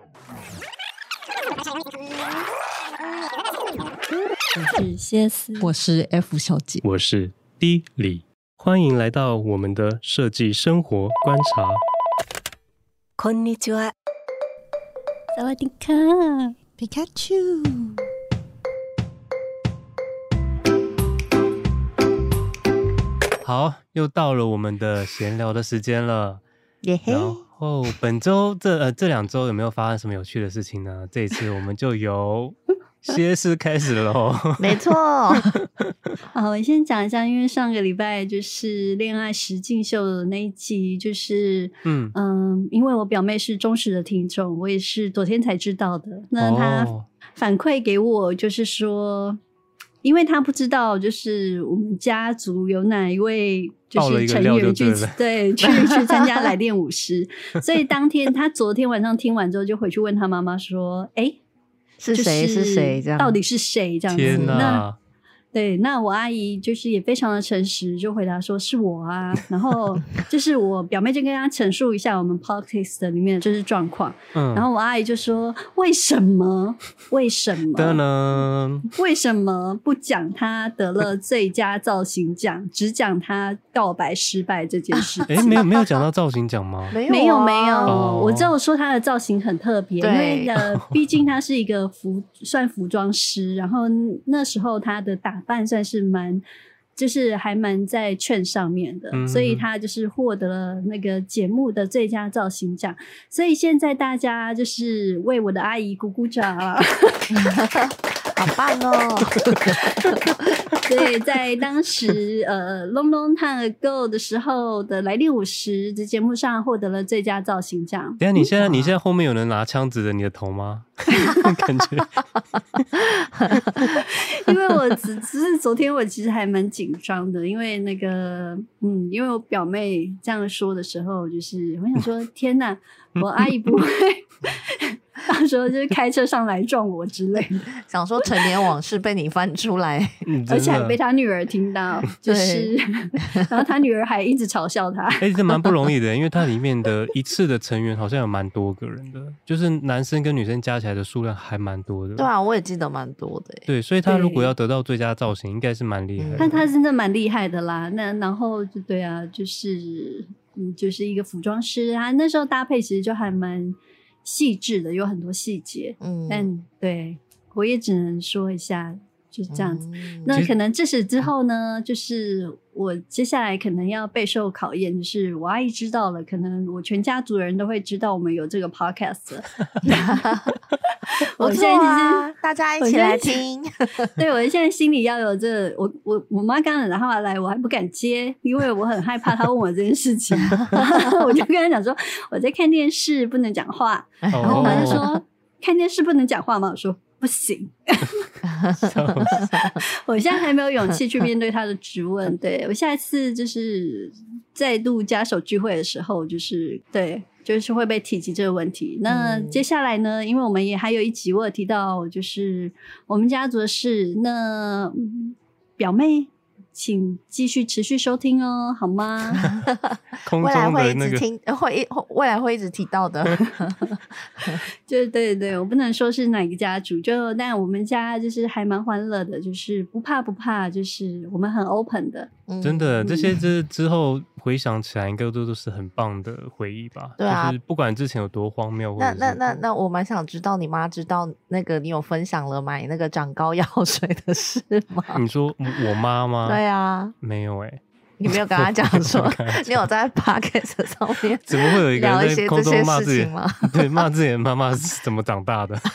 我是谢思， 我是 F 小姐， 我是 D 李，欢迎来到我们的设计生活观察。 こんにちは。 萨瓦迪卡， 皮卡丘。 好，又到了我们的闲聊的时间了。 耶嘿！ 然后本周这2周有没有发生什么有趣的事情呢？这一次我们就由歇斯开始喽。 没错。 好，我先讲一下，因为上个礼拜就是恋爱实境秀的那一集，就是因为我表妹是忠实的听众，我也是昨天才知道的。那她反馈给我就是说，因为她不知道就是我们家族有哪一位就是成员去参加来电舞狮，所以当天她昨天晚上听完之后就回去问她妈妈说， 是谁是谁这样， 到底是谁这样子？ 天哪！ 对，那我阿姨就是也非常的诚实，就回答说是我啊。然后就是我表妹就跟她陈述一下我们 podcast 里面的就是状况，然后我阿姨就说为什么为什么不讲她得了最佳造型奖，只讲她告白失败这件事情？ 没有讲到造型奖吗？ 没有，我只有说她的造型很特别，因为毕竟她是一个算服装师，然后那时候她的打扮算是就是还蛮在券上面的，所以他就是获得了那个节目的最佳造型奖。所以现在大家就是为我的阿姨鼓鼓掌。 好棒哦！ 对，在当时long long time ago 的时候的来电舞狮的节目上获得了最佳造型奖。 等一下你现在后面有人拿枪指着你的头吗？感觉因为我只是昨天我其实还蛮紧张的，因为那个因为我表妹这样说的时候，就是我想说天哪，我阿姨不会到时候就是开车上来撞我之类的， 想说陈年往事被你翻出来， 而且还被他女儿听到，就是然后他女儿还一直嘲笑他。 这蛮不容易的，因为它里面的一次的成员好像有蛮多个人的，就是男生跟女生加起来的数量还蛮多的。 对啊，我也记得蛮多的。 对，所以他如果要得到最佳造型，应该是蛮厉害的。 但他真的蛮厉害的啦。那然后就对啊，就是就是一个服装师，他那时候搭配其实就还蛮细致的，有很多细节。但对我也只能说一下就是这样子。那可能自此之后呢，就是我接下来可能要备受考验，就是我阿姨知道了，可能我全家族人都会知道我们有这个 podcast 了。 我现在就是大家一起来听。 对，我现在心里要有这我妈刚刚打电话来，我还不敢接，因为我很害怕她问我这件事情。我就跟她讲说我在看电视不能讲话，然后我妈就说看电视不能讲话吗？我说不行。我现在还没有勇气去面对他的质问。对，我下一次就是再度家手聚会的时候，就是会被提及这个问题。那接下来呢，因为我们也还有一集我有提到就是我们家族的事，那表妹请继续持续收听哦，好吗？ 空中的那个未来会一直提到的。 就对，我不能说是哪个家族，但我们家就是还蛮欢乐的，就是不怕，就是我们很 open 的。 真的，这些之后回想起来，应该都是很棒的回忆吧？ 对啊， 就是不管之前有多荒谬， 那我蛮想知道你妈知道那个你有分享了买那个长高药水的事吗？ 你说我妈吗？ 对啊， 没有你没有跟他讲说你有在 podcast 上面怎么会有一个人在空中骂自己吗？ 对，骂自己的妈妈是怎么长大的。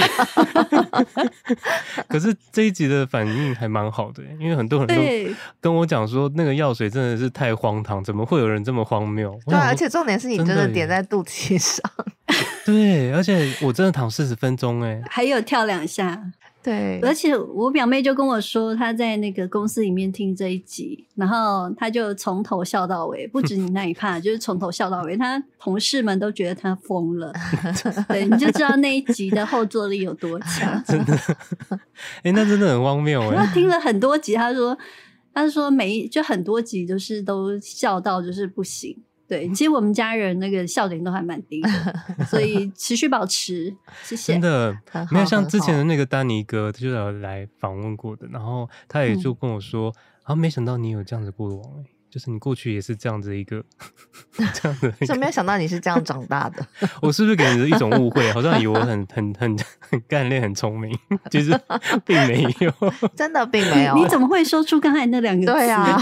可是这一集的反应还蛮好的，因为很多人都跟我讲说那个药水真的是太荒唐，怎么会有人这么荒谬？ 对，而且重点是你真的点在肚脐上。 对，而且我真的躺40分钟还有跳2下。 对， 而且我表妹就跟我说她在那个公司里面听这一集，然后她就从头笑到尾，不止你那一趴就是从头笑到尾，她同事们都觉得她疯了。对，你就知道那一集的后坐力有多强。 真的那真的很荒谬她听了很多集，她说就很多集都笑到就是不行。 对，其实我们家人那个笑点都还蛮低的，所以持续保持，谢谢。 真的没有像之前的那个丹尼哥，就是有来访问过的，然后他也就跟我说，没想到你有这样子过往就是你过去也是这样子一个这样的一个， 就没有想到你是这样长大的。 我是不是给人一种误会，好像以为我很干练很聪明，其实并没有。 真的并没有。 你怎么会说出刚才那2个字？ 对啊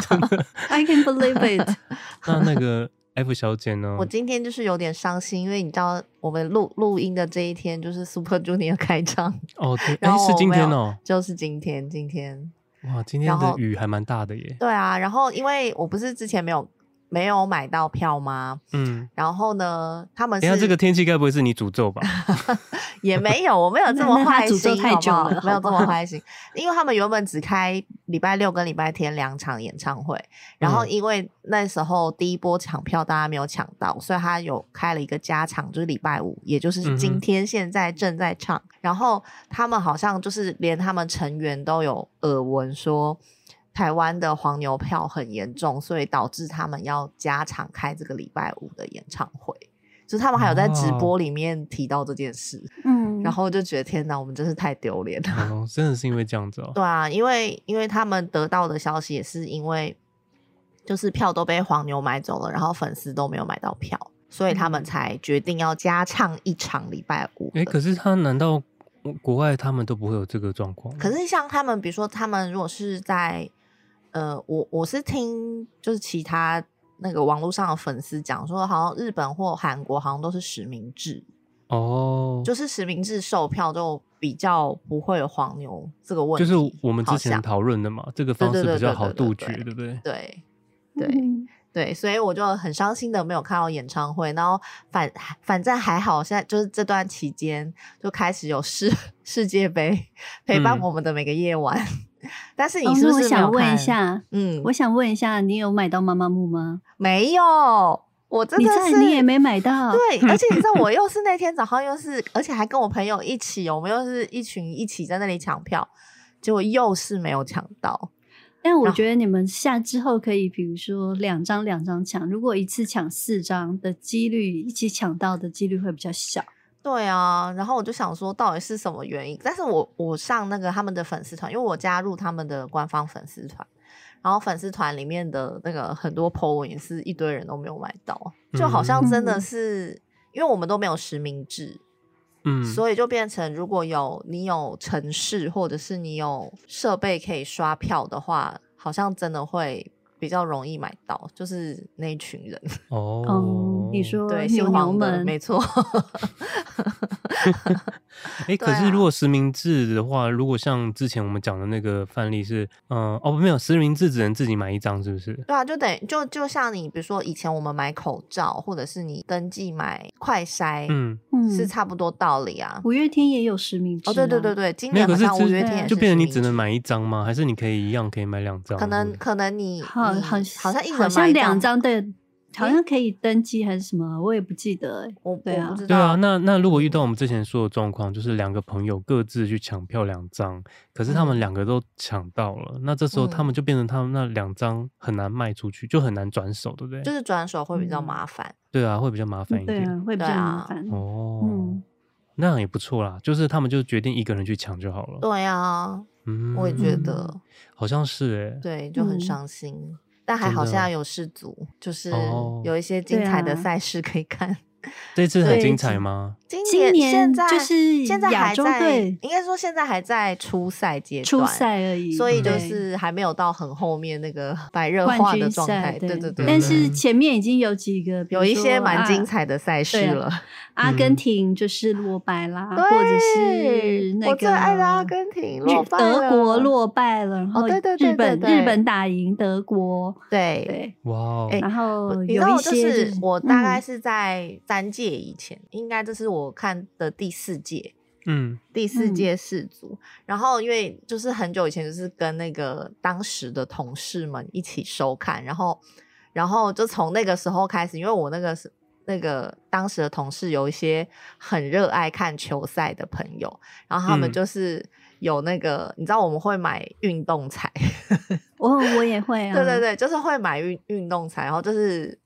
I can't believe it 那个 F 小姐呢？ 我今天就是有点伤心，因为你知道我们录音的这一天就是 Super Junior 开唱哦，对，是今天哦， 就是今天。 哇，今天的雨还蛮大的耶。 对啊，然后因为我不是之前没有买到票吗？然后呢，他们是这个天气该不会是你诅咒吧？ 也没有，我没有这么坏心， 诅咒太久了， 好不好？没有这么坏心，因为他们原本只开礼拜六跟礼拜天2场演唱会，然后因为那时候第一波抢票大家没有抢到，所以他有开了一个加场，就是礼拜5，也就是今天现在正在唱。然后他们好像就是连他们成员都有耳闻说台湾的黄牛票很严重，所以导致他们要加场开这个礼拜5的演唱会，就是他们还有在直播里面提到这件事。然后就觉得天哪，我们真是太丢脸了。 真的是因为这样子对啊，因为他们得到的消息也是因为就是票都被黄牛买走了，然后粉丝都没有买到票，所以他们才决定要加唱1场礼拜5。 可是他难道国外他们都不会有这个状况？ 可是像他们比如说他们如果是在我是听就是其他那个网络上的粉丝讲说，好像日本或韩国好像都是实名制就是实名制售票就比较不会有黄牛这个问题， 就是我们之前讨论的嘛，这个方式比较好杜绝，对不对？ 对，所以我就很伤心的没有看到演唱会，然后反正还好，现在就是这段期间就开始有世界杯陪伴我们的每个夜晚。但是你是不是没有看？ 我想问一下，我想问一下，你有买到妈妈木吗？ 没有，我真的是你也没买到。 对，而且你知道我又是那天早上而且还跟我朋友一起，我们又是一群一起在那里抢票，结果又是没有抢到。 但我觉得你们之后可以比如说2张抢，如果一次抢4张的几率，一起抢到的几率会比较小。 对啊，然后我就想说到底是什么原因，但是我上那个他们的粉丝团，因为我加入他们的官方粉丝团，然后粉丝团里面的那个很多 po 文也是一堆人都没有买到，就好像真的是因为我们都没有实名制，所以就变成如果你有城市或者是你有设备可以刷票的话，好像真的会比较容易买到，就是那一群人你说对牛们没错。 可是如果实名制的话，如果像之前我们讲的那个范例是没有实名制只能自己买1张，是不是？ 对啊，就像你比如说以前我们买口罩或者是你登记买快筛是差不多道理啊。 五月天也有实名制对，今年好像五月天也是就变成你只能买1张吗？还是你可以一样可以买2张？ 可能你好像一人好像买 2张的好像可以登记还是什么，我也不记得我不知道。 对啊，那如果遇到我们之前说的状况，就是2个朋友各自去抢票2张，可是他们2个都抢到了，那这时候他们就变成他们那2张很难卖出去，就很难转手，对不对？ 就是转手会比较麻烦。 对啊，会比较麻烦一点。 对啊，会比较麻烦。 那样也不错啦，就是他们就决定1个人去抢就好了。 对啊，我也觉得好像是对，就很伤心。但还好现在有世足，就是有一些精彩的赛事可以看。 这次很精彩吗？ 今年现在就是亚洲队， 应该说现在还在初赛阶段， 初赛而已， 所以就是还没有到很后面那个白热化的状态。对。 但是前面已经有几个， 有一些蛮精彩的赛事了。 阿根廷就是落败啦，或者是那个我最爱的阿根廷落败了， 德国落败了，然后日本打赢德国， 对， 哇！ 然后你知道就是我大概是在3届以前，应该这是我看的第4届。第4届世足，然后因为就是很久以前就是跟那个当时的同事们一起收看，然后就从那个时候开始，因为我那个当时的同事有一些很热爱看球赛的朋友，然后他们就是有那个你知道我们会买运动彩我也会啊， 对，就是会买运动彩，然后就是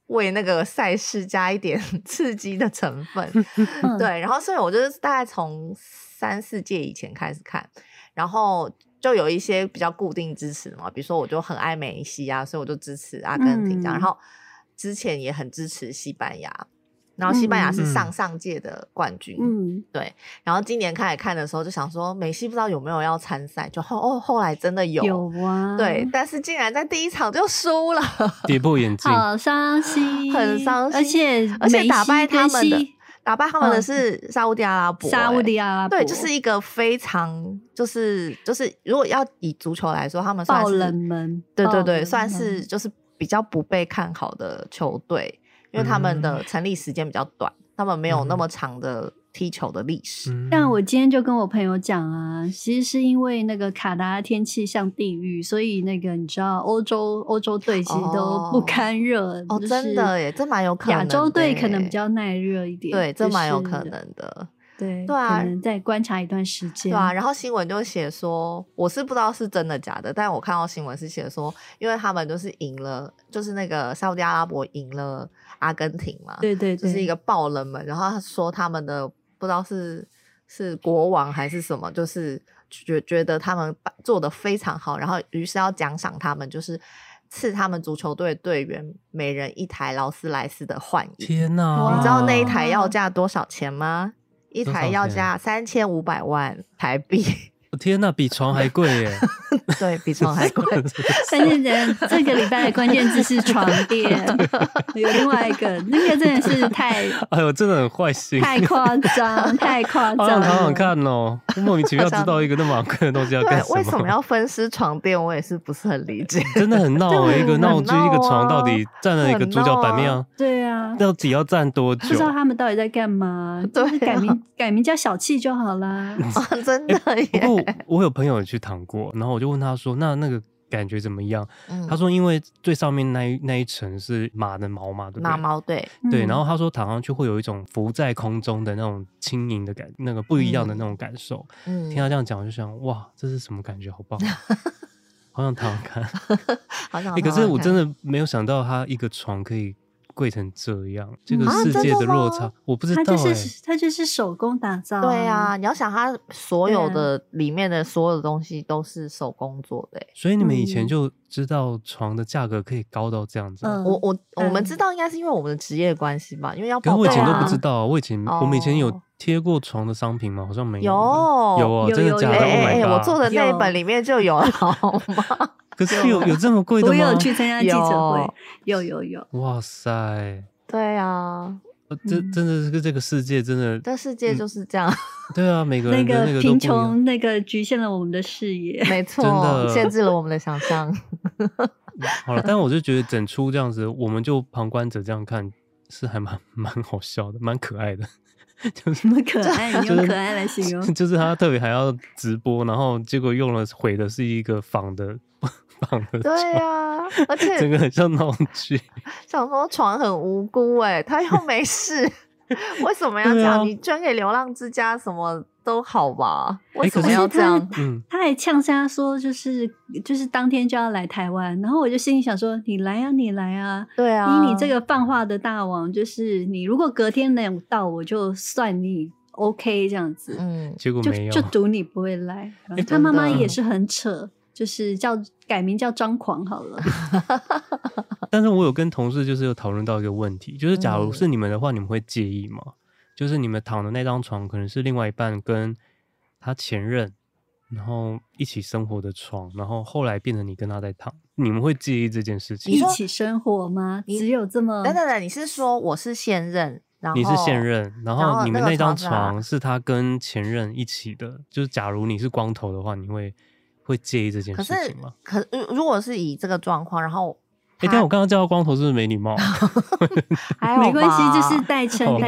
为那个赛事加一点刺激的成分。对，然后所以我就是大概从3-4届以前开始看，然后就有一些比较固定支持嘛，比如说我就很爱梅西啊，所以我就支持阿根廷这样，然后之前也很支持西班牙，然后西班牙是上届的冠军，对，然后今年开始看的时候就想说梅西不知道有没有要参赛，就后来真的有啊， 对，但是竟然在第一场就输了， 跌破眼镜， 好伤心， 很伤心， 而且打败他们的是沙烏地阿拉伯，对，就是一个非常就是如果要以足球来说，他们算是爆冷门， 对，算是就是比较不被看好的球队，因为他们的成立时间比较短，他们没有那么长的踢球的历史。 但我今天就跟我朋友讲啊，其实是因为那个卡达天气像地狱，所以那个你知道欧洲队其实都不堪热真的耶，这蛮有可能的。 亚洲队可能比较耐热一点， 对，这蛮有可能的。 对啊，可能再观察一段时间。 对啊，然后新闻就写说，我是不知道是真的假的，但我看到新闻是写说，因为他们就是赢了，就是那个沙烏地阿拉伯赢了阿根廷嘛， 对， 就是一个爆冷门。然后他说他们的不知道是国王还是什么，就是觉得他们做得非常好，然后于是要奖赏他们，就是赐他们足球队队员每人1台劳斯莱斯的幻影。 天哪！ 你知道那一台要价多少钱吗？一台要价3500万台币。 天哪，比床还贵耶！ 对，比床还贵。 但是这个礼拜的关键字是床垫，有另外一个，那个真的是太…… 哎呦，真的很坏心， 太夸张，太夸张！ 好想看哦，我莫名其妙知道一个那么昂贵的东西要干什么？ 为什么要分尸床垫？我也是不是很理解。 真的很闹一个闹剧，一个床到底占了一个主角版面啊？ 对啊， 到底要占多久？ 不知道他们到底在干嘛？对，改名叫小气就好啦。 真的耶！ 不过我有朋友去躺过，然后我就问他说：“那个感觉怎么样？”他说：“因为最上面那一层是马的毛嘛，对不对？ 马毛对。 然后他说躺上去会有一种浮在空中的那种轻盈的感，那个不一样的那种感受。听他这样讲，我就想哇，这是什么感觉？好棒！好想躺看。 好想。 可是我真的没有想到，他一个床可以贵成这样，这个世界的落差，我不知道它就是手工打造。 对啊，你要想它所有的里面的所有的东西都是手工做的。 所以你们以前就知道床的价格可以高到这样子。 我们知道应该是因为我们的职业关系吧，因为要可是我以前都不知道，我们以前有贴过床的商品吗？好像没有。有真的假的？ Oh my god！ 我做的那一本里面就有了，好吗？ 可是有这么贵的吗？ 我有去参加记者会，有。 哇塞！ 对啊， 真的是这个世界真的， 这世界就是这样。 对啊，每个人的那个贫穷那个局限了我们的视野， 没错，限制了我们的想象。 好了，但我就觉得整出这样子，我们就旁观者这样看，是还蛮好笑的，蛮可爱的。 就是什么可爱？你用可爱来形容？ 就是他特别还要直播，然后结果毁的是一个仿的对啊，而且整个很像闹剧。 想说床很无辜他又没事，为什么要这样？你捐给流浪之家什么都好吧？为什么要这样？ 他还呛下说，就是当天就要来台湾，然后我就心里想说，你来啊， 对啊， 你这个放话的大王，就是你如果隔天能到，我就算你 OK 这样子。 结果没有， 就赌你不会来。他妈妈也是很扯。就是改名叫张狂好了。 但是我有跟同事就是有讨论到一个问题，就是假如是你们的话，你们会介意吗？就是你们躺的那张床可能是另外一半跟他前任然后一起生活的床，然后后来变成你跟他在躺，你们会介意这件事情？ 一起生活吗？只有这么…… 等，你是说我是现任，然后你是现任，然后你们那张床是他跟前任一起的，就是假如你是光头的话，你会介意这件事情吗？ 可是如果是以这个状况，然后但我刚刚叫他光头是不是没礼貌？ 没关系，就是代称。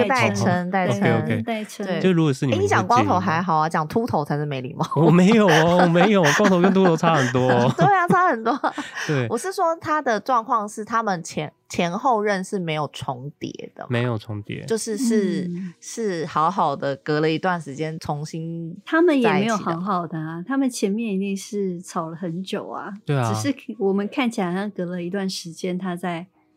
就如果是你讲光头还好啊，讲秃头才是没礼貌。 我没有哦，我没有，光头跟秃头差很多哦。 对啊，差很多。 对， 我是说他的状况是他们前后任是没有重叠的， 没有重叠， 是好好的，隔了一段时间重新。 他们也没有好好的啊，他们前面一定是吵了很久啊。 对啊， 只是我们看起来好像隔了一段时间他在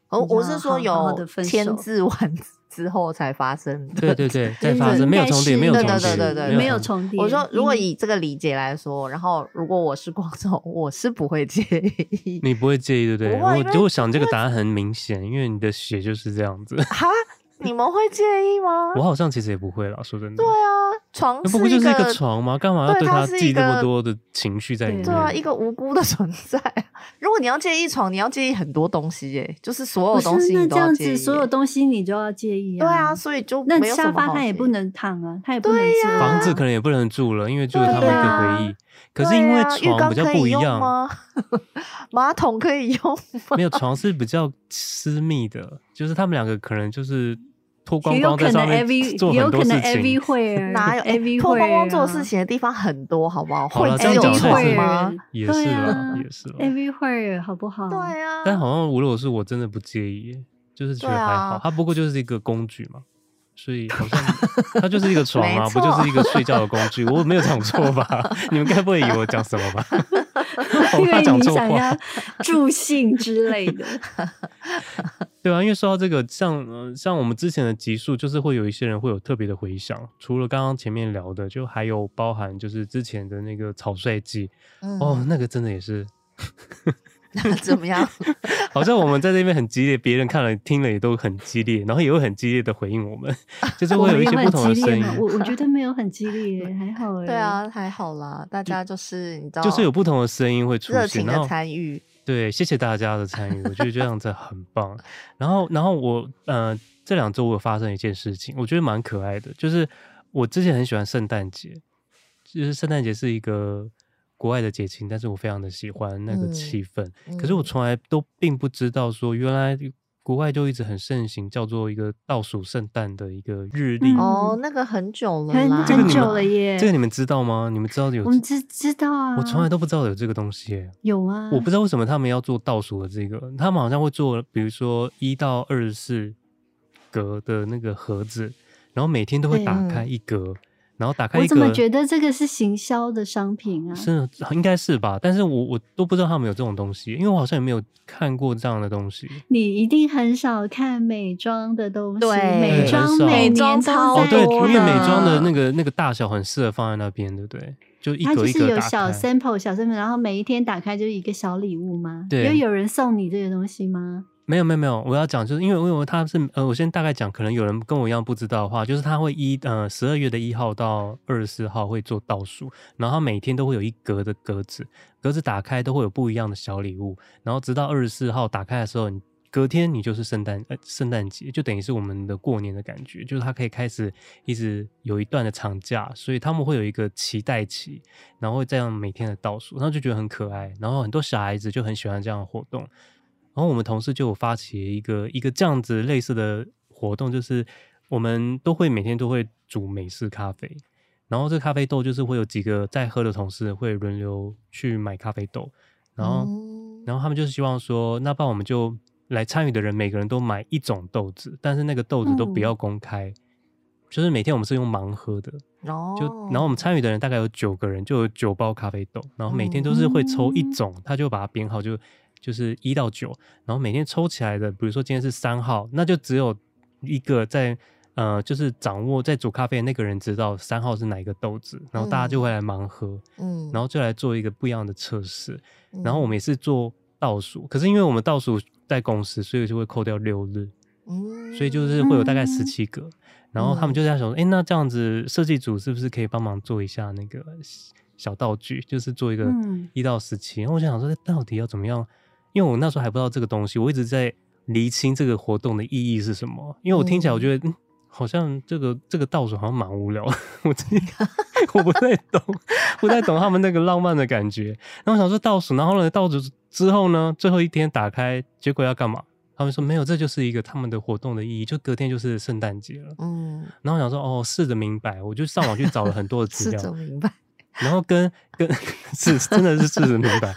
我是说好好有的分手签字完之后才发生的。 对，再发生，没有重叠，没有重叠， 对， 没有重叠。 我说，如果以这个理解来说，然后如果我是光头，我是不会介意。 你不会介意，对不对？ 不会， 我想这个答案很明显，因为你的血就是这样子。 哈，你们会介意吗？ 我好像其实也不会啦，说真的。 对啊，床不过就是一个床吗？干嘛要对他寄这么多的情绪在里面？ 对啊，一个无辜的存在。如果你要介意床，你要介意很多东西耶，就是所有东西你都要介意。 那这样子，所有东西你就要介意啊。 对啊，所以就那没有什么好沙发他也不能躺啊，他也不能坐啊。 房子可能也不能住了，因为就是他们一个回忆。可是因为床比较不一样吗？马桶可以用吗？ 没有，床是比较私密的，就是他们两个可能就是脱光光在上面做很多事情。 哪有 AV 脱光光做事情的地方很多，好不好？ 好了， 会只有床吗？ 也是啦，也是啦。 AV 会好不好？ 对啊。 但好像如果是我真的不介意，就是觉得还好，它不过就是一个工具嘛。所以好像它就是一个床啊，不就是一个睡觉的工具？我没有讲错吧？你们该不会以为我讲什么吧？ 因为你想要助兴之类的。 对啊，因为说到这个，像我们之前的集数，就是会有一些人会有特别的回响。除了刚刚前面聊的，就还有包含就是之前的那个草率季，那个真的也是。 怎么样？ 好像我们在这边很激烈，别人看了听了也都很激烈，然后也会很激烈的回应我们，就是会有一些不同的声音。 我觉得没有很激烈，还好哎。 对啊，还好啦，大家就是你知道， 就是有不同的声音会出现， 热情的参与。 对，谢谢大家的参与，我觉得这样子很棒。然后我这2周我有发生一件事情，我觉得蛮可爱的，就是我之前很喜欢圣诞节，就是圣诞节是一个国外的节庆，但是我非常的喜欢那个气氛。可是我从来都并不知道说，原来国外就一直很盛行，叫做一个倒数圣诞的一个日历。 那个很久了啦， 很久了耶。 这个你们知道吗？你们知道有？ 我们知道啊。 我从来都不知道有这个东西耶。 有啊。 我不知道为什么他们要做倒数的这个，他们好像会做，比如说1到24格的那个盒子，然后每天都会打开一格。然后打开一个， 我怎么觉得这个是行销的商品啊？ 是应该是吧？但是我都不知道他们有这种东西，因为我好像也没有看过这样的东西。 你一定很少看美妆的东西， 对， 美妆每年超多对，因为美妆的那个大小很适合放在那边，对不对？就一格一格打开，它就是有小 sample， 然后每一天打开就是一个小礼物吗？ 对， 有人送你这个东西吗？ 没有，我要讲就是因为它是我先大概讲，可能有人跟我一样不知道的话，就是它会12月的1号到24号会做倒数，然后它每天都会有一格的格子打开都会有不一样的小礼物，然后直到24号打开的时候，隔天你就是圣诞节，就等于是我们的过年的感觉，就是它可以开始一直有一段的长假，所以他们会有一个期待期，然后会这样每天的倒数，然后就觉得很可爱，然后很多小孩子就很喜欢这样的活动。然后我们同事就有发起一个这样子类似的活动，就是我们每天都会煮美式咖啡，然后这咖啡豆就是会有几个在喝的同事会轮流去买咖啡豆，然后他们就是希望说，那不然我们就来参与的人每个人都买一种豆子，但是那个豆子都不要公开，就是每天我们是用盲喝的，然后我们参与的人大概有9个人，就有9包咖啡豆，然后每天都是会抽一种，他就把它编号就是1到9，然后每天抽起来的，比如说今天是3号，那就只有一个在就是掌握在煮咖啡的那个人知道3号是哪一个豆子，然后大家就会来盲喝，然后就来做一个不一样的测试，然后我们也是做倒数，可是因为我们倒数在公司，所以就会扣掉6日，所以就是会有大概17个，然后他们就在想说，那这样子设计组是不是可以帮忙做一下那个小道具，就是做一个1到17，然后我想说到底要怎么样。因为我那时候还不知道这个东西，我一直在厘清这个活动的意义是什么。因为我听起来我觉得，好像这个倒数好像蛮无聊的，我不太懂他们那个浪漫的感觉。然后我想说倒数，然后呢倒数之后呢，最后一天打开，结果要干嘛？他们说没有，这就是一个他们的活动的意义，就隔天就是圣诞节了。然后我想说试着明白，我就上网去找了很多的资料， 试着明白。 然后跟是真的是试着明白，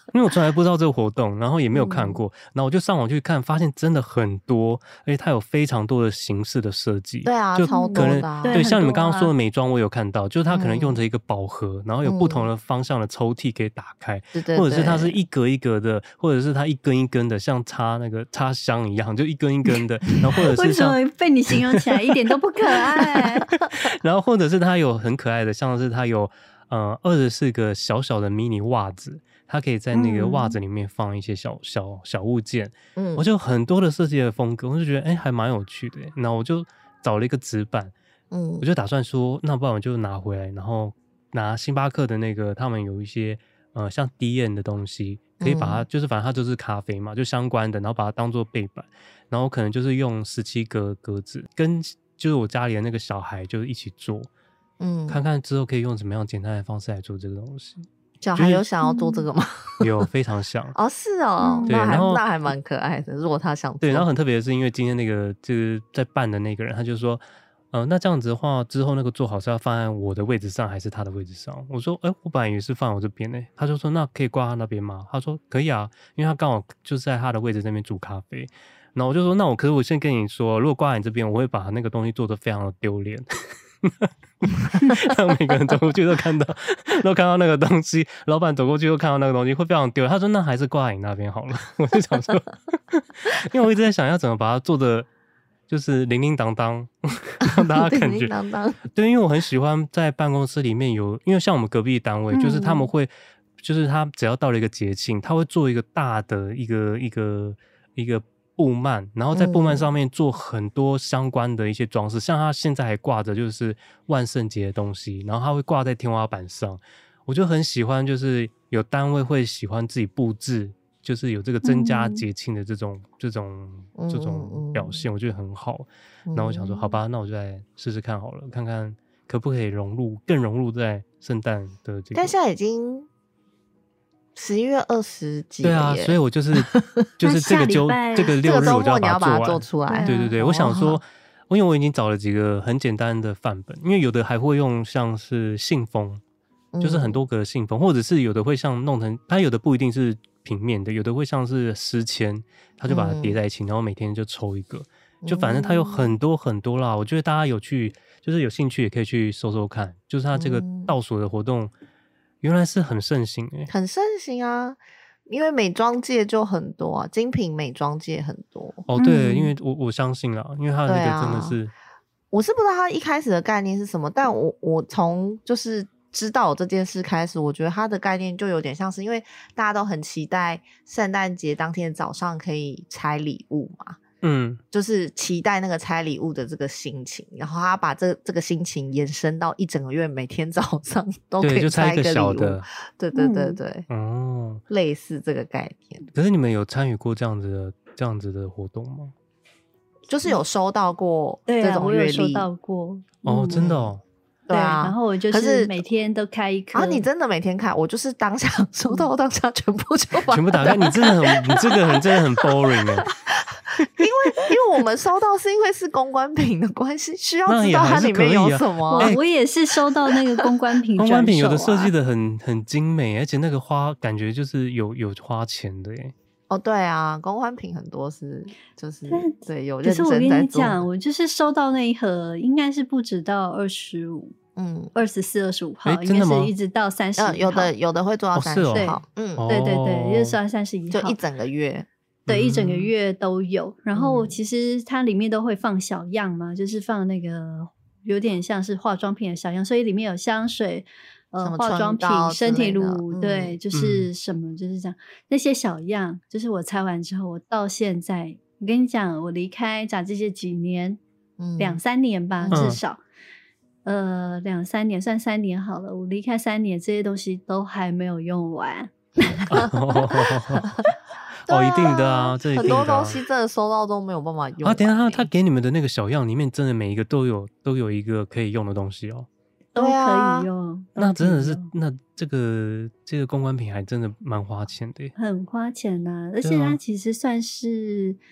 因为我从来不知道这个活动，然后也没有看过，然后我就上网去看，发现真的很多，而且它有非常多的形式的设计。 对啊， 就超多的啊。 对，像你们刚刚说的很多啊美妆，我有看到，就是它可能用着一个宝盒，然后有不同的方向的抽屉可以打开，或者是它是一格一格的，或者是它一根一根的，像插香一样，就一根一根的，然后或者是像为什么被你形容起来一点都不可爱？ 然后或者是它有很可爱的，像是它有24个小小的迷你袜子，它可以在那个袜子里面放一些小物件，我就很多的设计的风格，我就觉得还蛮有趣的。那我就找了一个纸板，我就打算说，那不然我就拿回来，然后拿星巴克的那个，他们有一些像 DM 的东西，可以把它就是反正它就是咖啡嘛，就相关的，然后把它当做背板，然后可能就是用17个格子跟就是我家里的那个小孩就一起做，看看之后可以用什么样简单的方式来做这个东西。 小孩有想要做这个吗？ 有，非常想哦，是哦， 对， 那还蛮可爱的。如果他想做， 对，然后很特别的是，因为今天那个就是在办的那个人，他就说，那这样子的话，之后那个做好是要放在我的位置上，还是他的位置上？我说，我本来以为是放我这边呢。他就说，那可以挂他那边吗？他说可以啊，因为他刚好就是在他的位置那边煮咖啡。然后我就说，可是我先跟你说，如果挂在你这边，我会把那个东西做得非常的丢脸。让每个人走过去都看到那个东西，老板走过去都看到那个东西，会非常丢人。他说那还是挂在你那边好了。我就想说，因为我一直在想要怎么把它做的就是铃铃当当，让大家感觉对，因为我很喜欢在办公室里面因为像我们隔壁单位，就是他们会就是他只要到了一个节庆，他会做一个大的一个布幔，然后在布幔上面做很多相关的一些装饰，像他现在还挂着就是万圣节的东西，然后他会挂在天花板上。我就很喜欢，就是有单位会喜欢自己布置，就是有这个增加节庆的这种表现，我觉得很好。然后我想说，好吧，那我就来试试看好了，看看可不可以更融入在圣诞的这个。 但现在已经11月20几对啊，所以我就是这个6日我就要把它做出来。 对对对，我想说，因为我已经找了几个很简单的范本，因为有的还会用像是信封，就是很多个信封，或者是有的会像弄成，它有的不一定是平面的，有的会像是诗签，它就把它叠在一起，然后每天就抽一个，就反正它有很多很多啦。我觉得大家就是有兴趣也可以去搜搜看，就是它这个倒数的活动。原来是很盛行很盛行啊！因为美妆界就很多啊，精品美妆界很多。 哦，对，因为我相信啦，因为它的那个真的是， 我是不知道它一开始的概念是什么，但我从就是知道这件事开始，我觉得它的概念就有点像是，因为大家都很期待圣诞节当天早上可以拆礼物嘛。就是期待那个拆礼物的这个心情，然后他把这个心情延伸到一整个月，每天早上都可以拆一个小的，对对对对，类似这个概念。 可是你们有参与过这样子的活动吗？ 就是有收到过这种月历， 我有收到过哦，真的哦。 对啊， 然后我就是每天都开一颗。 你真的每天开？我就是当下收到当下全部就全部打开。你这个真的很 boring 哎。 因为我们收到是因为是公关品的关系，需要知道它里面有什么。 我也是收到那个公关品， 公关品有的设计的很精美，而且那个花感觉就是有花钱的耶。 哦，对啊，公关品很多就是对有认真在做。可是我跟你讲，我就是收到那一盒，应该是不止到25，24、25号，应该是一直到30号。 有的会做到30号， 对对对，就是到31号， 就一整个月。 对，一整个月都有。然后其实它里面都会放小样嘛，就是放那个有点像是化妆品的小样，所以里面有香水、化妆品、身体乳，对，就是什么就是这样。那些小样，就是我拆完之后，我到现在，我跟你讲，我离开杂志界几年，2-3年吧，至少，2-3年算3年好了。我离开3年，这些东西都还没有用完。 一定的啊，这一定的。 很多东西真的收到都没有办法用。 等一下他给你们的那个小样里面，真的每一个都有一个可以用的东西哦， 都可以用。 那真的是，那这个公关品还真的蛮花钱的耶， 很花钱啊！而且它其实算是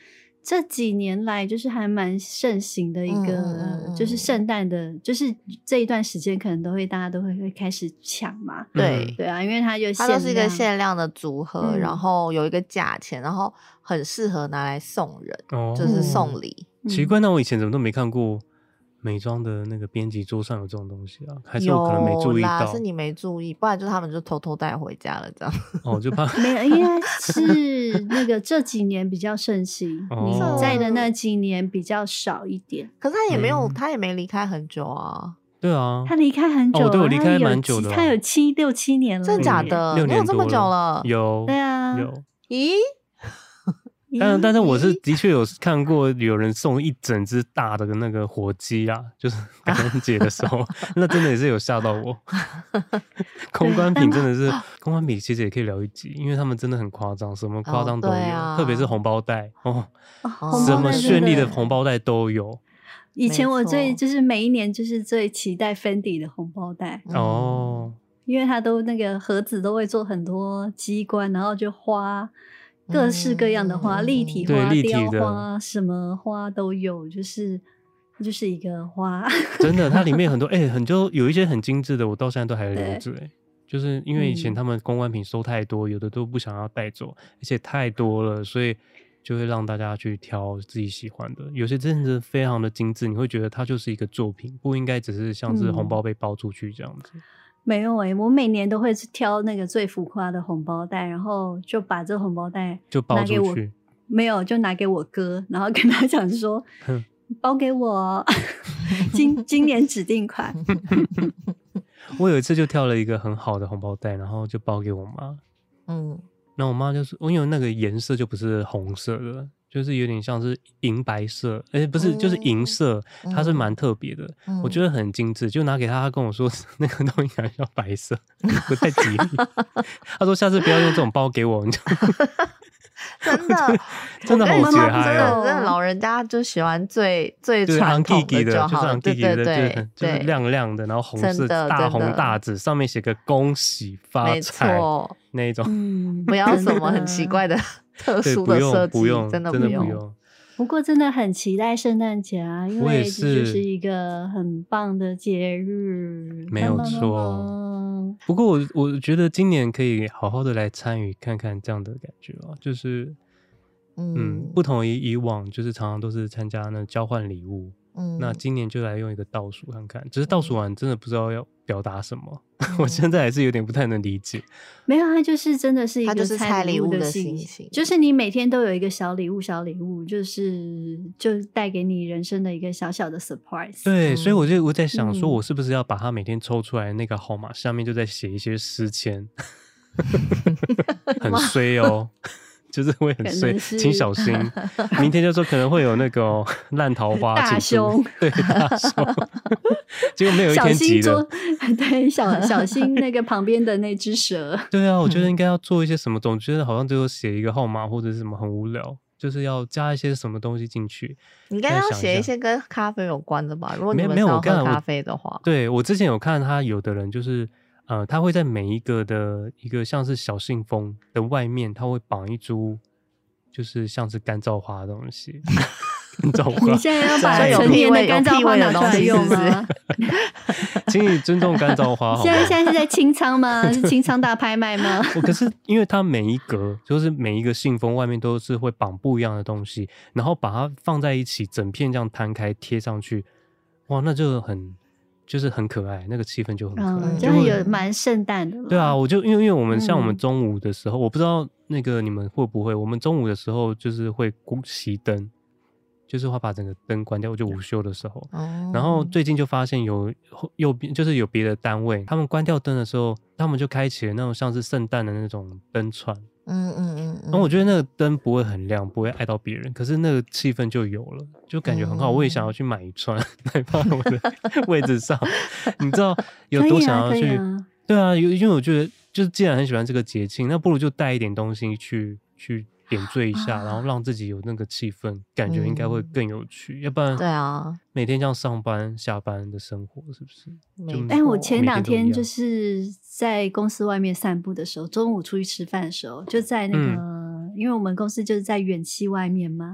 这几年来就是还蛮盛行的一个，就是圣诞的，就是这一段时间可能大家都会开始抢嘛。 对对啊，因为它都是一个限量的组合，然后有一个价钱，然后很适合拿来送人，就是送礼。 奇怪，那我以前怎么都没看过美妆的那个编辑桌上有这种东西啊？还是我可能没注意到？ 有啦，是你没注意，不然就他们就偷偷带回家了这样。 就怕没有，应该是那个这几年比较盛行，你在的那几年比较少一点。 可是他也没有，他也没离开很久啊。 对啊， 他离开很久， 对我离开蛮久的， 他有6、7年了， 真的假的？你有这么久了？ 有， 对啊， 有。 咦？ 但是我是的确有看过有人送一整只大的那个火鸡啦，就是感恩节的时候，那真的也是有吓到我。公关品真的是，公关品其实也可以聊一集，因为他们真的很夸张，什么夸张都有，特别是红包袋什么绚丽的红包袋都有。 以前我就是每一年就是最期待 Fendi 的红包袋因为它都那个盒子都会做很多机关，然后就花。各式各样的花，立体花、雕花，什么花都有，就是一个花。 真的，它里面很多就有一些很精致的，我到现在都还留着就是因为以前他们公关品收太多，有的都不想要带走，而且太多了，所以就会让大家去挑自己喜欢的。有些真的非常的精致，你会觉得它就是一个作品，不应该只是像是红包被包出去这样子。 没有我每年都会挑那个最浮夸的红包袋，然后就把这红包袋就包出去。 没有，就拿给我哥，然后跟他讲说包给我今年指定款。 我有一次就挑了一个很好的红包袋，然后就包给我妈。然后我妈就是因为那个颜色就不是红色的，就是有点像是银白色，不是，就是银色，它是蛮特别的，我觉得很精致，就拿给他跟我说那个东西好像白色，不太吉利。他说下次不要用这种包给我。 真的真的好解嗨真的老人家就喜欢最传统的就好了， 对，就是亮亮的，然后红色大红大紫，上面写个恭喜发财那一种， 不要什么很奇怪的特殊的设计，真的不用。 不过真的很期待圣诞节啊，因为这就是一个很棒的节日， 没有错。不过我觉得今年可以好好的来参与看看这样的感觉就是不同于以往，就是常常都是参加那交换礼物，那今年就来用一个倒数看看，只是倒数完真的不知道要表达什么，我现在还是有点不太能理解。 没有，它就是真的是一个拆礼物的心情，就是你每天都有一个小礼物，就带给你人生的一个小小的 surprise。 对，所以我在想说，我是不是要把它每天抽出来那个号码下面就在写一些诗签，很衰就是会很衰，请小心。明天就说可能会有那个烂桃花， 大凶， 对，大凶。结果没有一天急的， 对，小心那个旁边的那只蛇。 对啊，我觉得应该要做一些什么，总觉得好像最后写一个号码或者是什么很无聊，就是要加一些什么东西进去。 你应该要写一些跟咖啡有关的吧？如果你们是要喝咖啡的话， 对，我之前有看他有的人就是。他会在每一个的一个像是小信封的外面，他会绑一株就是像是干燥花的东西。干燥花， 你现在要把成年的干燥花拿出来用吗？ 请你尊重干燥花好吗？ 现在是在清仓吗？是清仓大拍卖吗？ 可是因为它每一格就是每一个信封外面都是会绑不一样的东西，然后把它放在一起，整片这样摊开贴上去，哇，那就就是很可爱，那个气氛就很可爱， 就是有蛮圣诞的。 对啊，我就因为我们像我们中午的时候，我不知道那个你们会不会，我们中午的时候就是会熄灯，就是会把整个灯关掉，就午休的时候。然后最近就发现就是有别的单位，他们关掉灯的时候，他们就开启了那种像是圣诞的那种灯串。然后我觉得那个灯不会很亮，不会碍到别人，可是那个气氛就有了，就感觉很好。我也想要去买一串来放在我的位置上，你知道有多想要去？对啊，因为我觉得就是既然很喜欢这个节庆，那不如就带一点东西去点缀一下，然后让自己有那个气氛，感觉应该会更有趣。要不然， 对啊， 每天这样上班下班的生活是不是？ 但我前2天就是在公司外面散步的时候，中午出去吃饭的时候，就在那个，因为我们公司就是在远期外面嘛，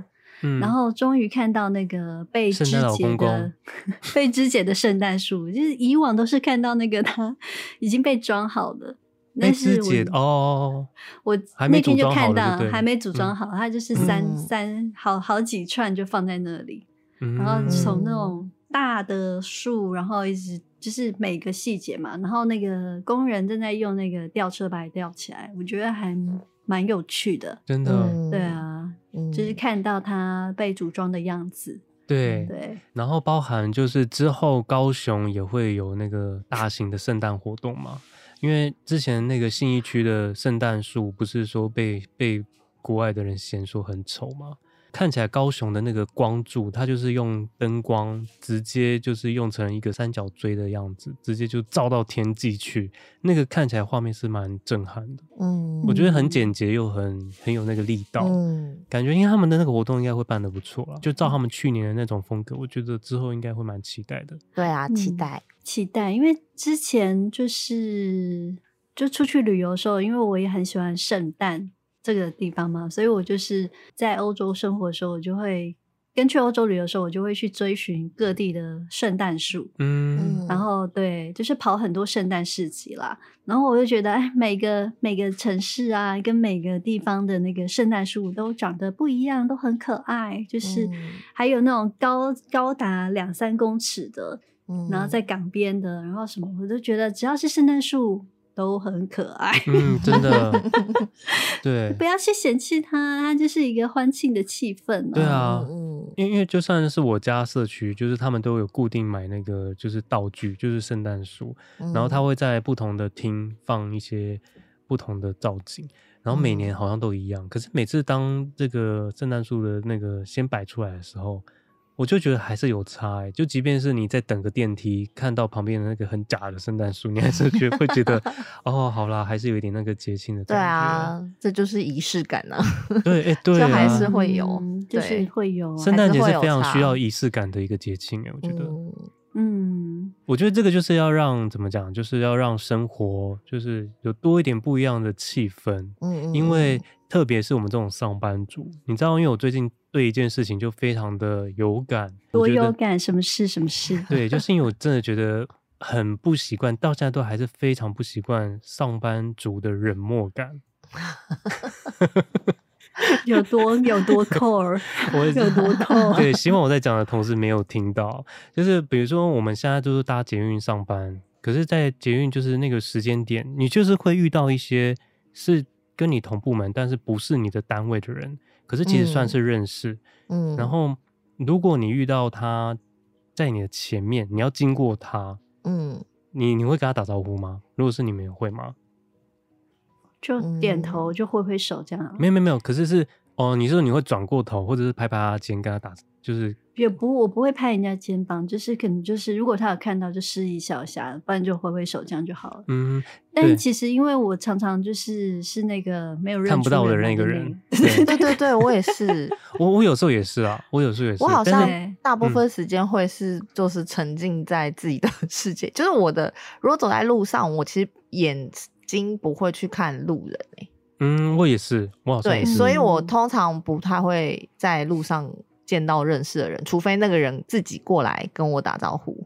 然后终于看到那个被肢解的被肢解的圣诞树，就是以往都是看到那个它已经被装好了。 被肢解哦， 我那天就看到还没组装好，它就是好几串就放在那里，然后从那种大的树，然后一直就是每个细节嘛，然后那个工人正在用那个吊车把它吊起来，我觉得还蛮有趣的， 真的， 对啊，就是看到它被组装的样子。 对，然后包含就是之后高雄也会有那个大型的圣诞活动嘛。因为之前那个信义区的圣诞树不是说被国外的人嫌说很丑吗？看起来高雄的那个光柱，它就是用灯光直接就是用成一个三角锥的样子，直接就照到天际去，那个看起来画面是蛮震撼的。我觉得很简洁又很有那个力道。感觉因为他们的那个活动应该会办得不错啦，就照他们去年的那种风格，我觉得之后应该会蛮期待的。 对啊，期待， 因为之前就出去旅游的时候，因为我也很喜欢圣诞这个地方嘛，所以我就是在欧洲生活的时候，我就会跟去欧洲旅游的时候，我就会去追寻各地的圣诞树，然后对，就是跑很多圣诞市集啦。然后我就觉得，每个城市啊，跟每个地方的那个圣诞树都长得不一样，都很可爱，就是还有那种高达2-3公尺的，然后在港边的，然后什么，我就觉得只要是圣诞树都很可爱。 真的，对， 不要去嫌弃它就是一个欢庆的气氛。 对啊，因为就算是我家社区，就是他们都有固定买那个就是道具，就是圣诞树，然后他会在不同的厅放一些不同的造景，然后每年好像都一样。可是每次当这个圣诞树的那个先摆出来的时候，我就觉得还是有差就即便是你在等个电梯看到旁边的那个很假的圣诞树，你还是会觉得哦，好啦，还是有一点那个节庆的感觉。 对啊，这就是仪式感啊。 对，对就还是会有， 就是会有。 圣诞节是非常需要仪式感的一个节庆我觉得。我觉得这个就是要让怎么讲，就是要让生活就是有多一点不一样的气氛。因为特别是我们这种上班族，你知道，因为我最近对一件事情就非常的有感。 多有感？什么事？对， 就是因为我真的觉得很不习惯，到现在都还是非常不习惯上班族的冷漠感。 有多 core， 有多 core。 对，希望我在讲的同事没有听到。就是比如说我们现在都是搭捷运上班，可是在捷运就是那个时间点，你就是会遇到一些是跟你同部门但是不是你的单位的人，可是其实算是认识。然后如果你遇到他在你的前面，你要经过他，你会跟他打招呼吗？如果是你们会吗？ 就点头，就挥挥手这样。 没有，可是你说你会转过头，或者是拍拍他肩跟他打，就是我不会拍人家肩膀，就是可能就是如果他有看到就示意笑一下，不然就挥挥手这样就好了。但其实因为我常常是那个没有认出看不到的那个人。 对，我也是。 我有时候也是啊，我好像大部分时间会是就是沉浸在自己的世界。就是如果走在路上，我其实眼睛不会去看路人我也是，我好像也是。 对，所以我通常不太会在路上见到认识的人，除非那个人自己过来跟我打招呼。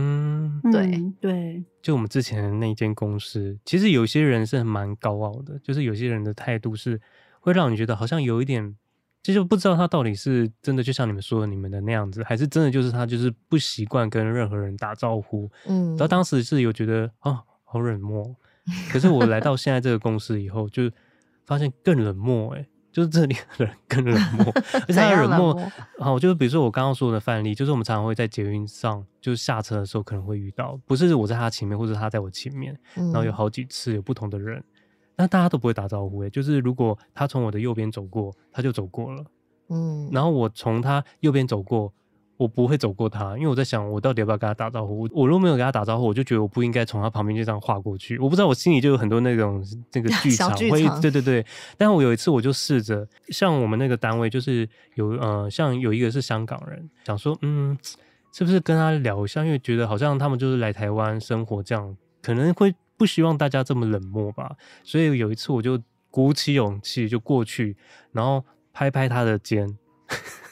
对。 就我们之前的那间公司，其实有些人是蛮高傲的，就是有些人的态度是会让你觉得好像有一点，就不知道他到底是真的就像你们说的你们的那样子，还是真的就是他就是不习惯跟任何人打招呼。然后当时是有觉得好冷漠。可是我来到现在这个公司以后，就发现更冷漠就是这里的人更冷漠。而且他的冷漠好，就是比如说我刚刚说的范例，就是我们常常会在捷运上就是下车的时候可能会遇到，不是我在他前面或者他在我前面，然后有好几次有不同的人，但大家都不会打招呼就是如果他从我的右边走过，他就走过了，然后我从他右边走过，我不会走过他，因为我在想我到底要不要跟他打招呼。我如果没有跟他打招呼，我就觉得我不应该从他旁边就这样划过去。我不知道，我心里就有很多那种那个剧场会，对。但我有一次我就试着，像我们那个单位就是像有一个是香港人，想说是不是跟他聊一下，因为觉得好像他们就是来台湾生活这样，可能会不希望大家这么冷漠吧。所以有一次我就鼓起勇气就过去，然后拍拍他的肩。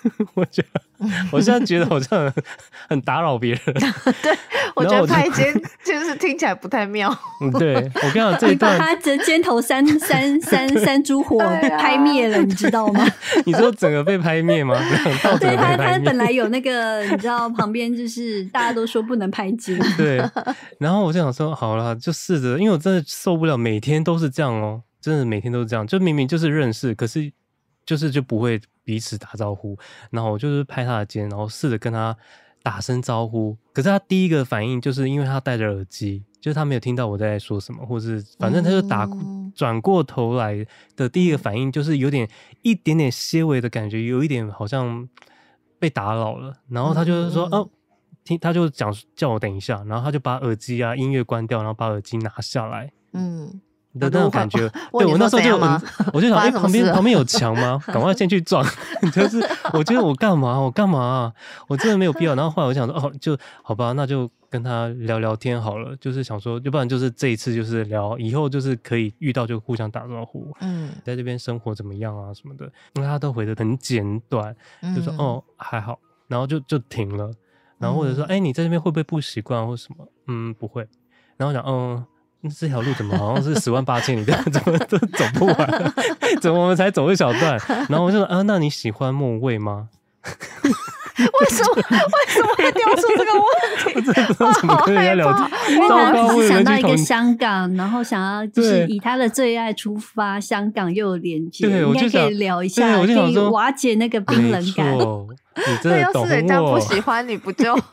我觉得我现在觉得好像很打扰别人。 对，我觉得拍肩就是听起来不太妙。 对，我跟你讲这一段， 你把他的肩头三株火拍灭了，你知道吗？ 你说整个被拍灭吗？ 对，他本来有那个，你知道旁边就是大家都说不能拍肩。 对，然后我就想说，好啦，就试着，因为我真的受不了，每天都是这样哦，真的每天都是这样，就明明就是认识，可是就不会彼此打招呼。然后我就是拍他的肩，然后试着跟他打声招呼，可是他第一个反应就是因为他戴着耳机，就是他没有听到我在说什么，或是反正他就转过头来的第一个反应就是有点一点点些微的感觉，有一点好像被打扰了。然后他就是说他就讲叫我等一下，然后他就把耳机啊音乐关掉，然后把耳机拿下来。的那种感觉，对我那时候我就想，旁边有墙吗？赶快先去撞。就是我觉得我干嘛啊？我真的没有必要。然后后来我想说，就好吧，那就跟他聊聊天好了。就是想说，要不然就是这一次就是聊，以后就是可以遇到就互相打招呼。在这边生活怎么样啊什么的，因为他都回得很简短，就说还好，然后就停了。然后或者说，你在这边会不会不习惯或什么？不会。然后讲这条路怎么好像是108000里的，怎么都走不完？怎么我们才走一小段？然后我就说那你喜欢莫蔚吗？ 为什么会丢出这个问题？ 我真的不知道怎么跟人家聊天， 因为他只是想到一个香港，然后想要就是以他的最爱出发，香港又有连接，应该可以聊一下，可以瓦解那个冰冷感。 你真的懂我。 要是人家不喜欢你不就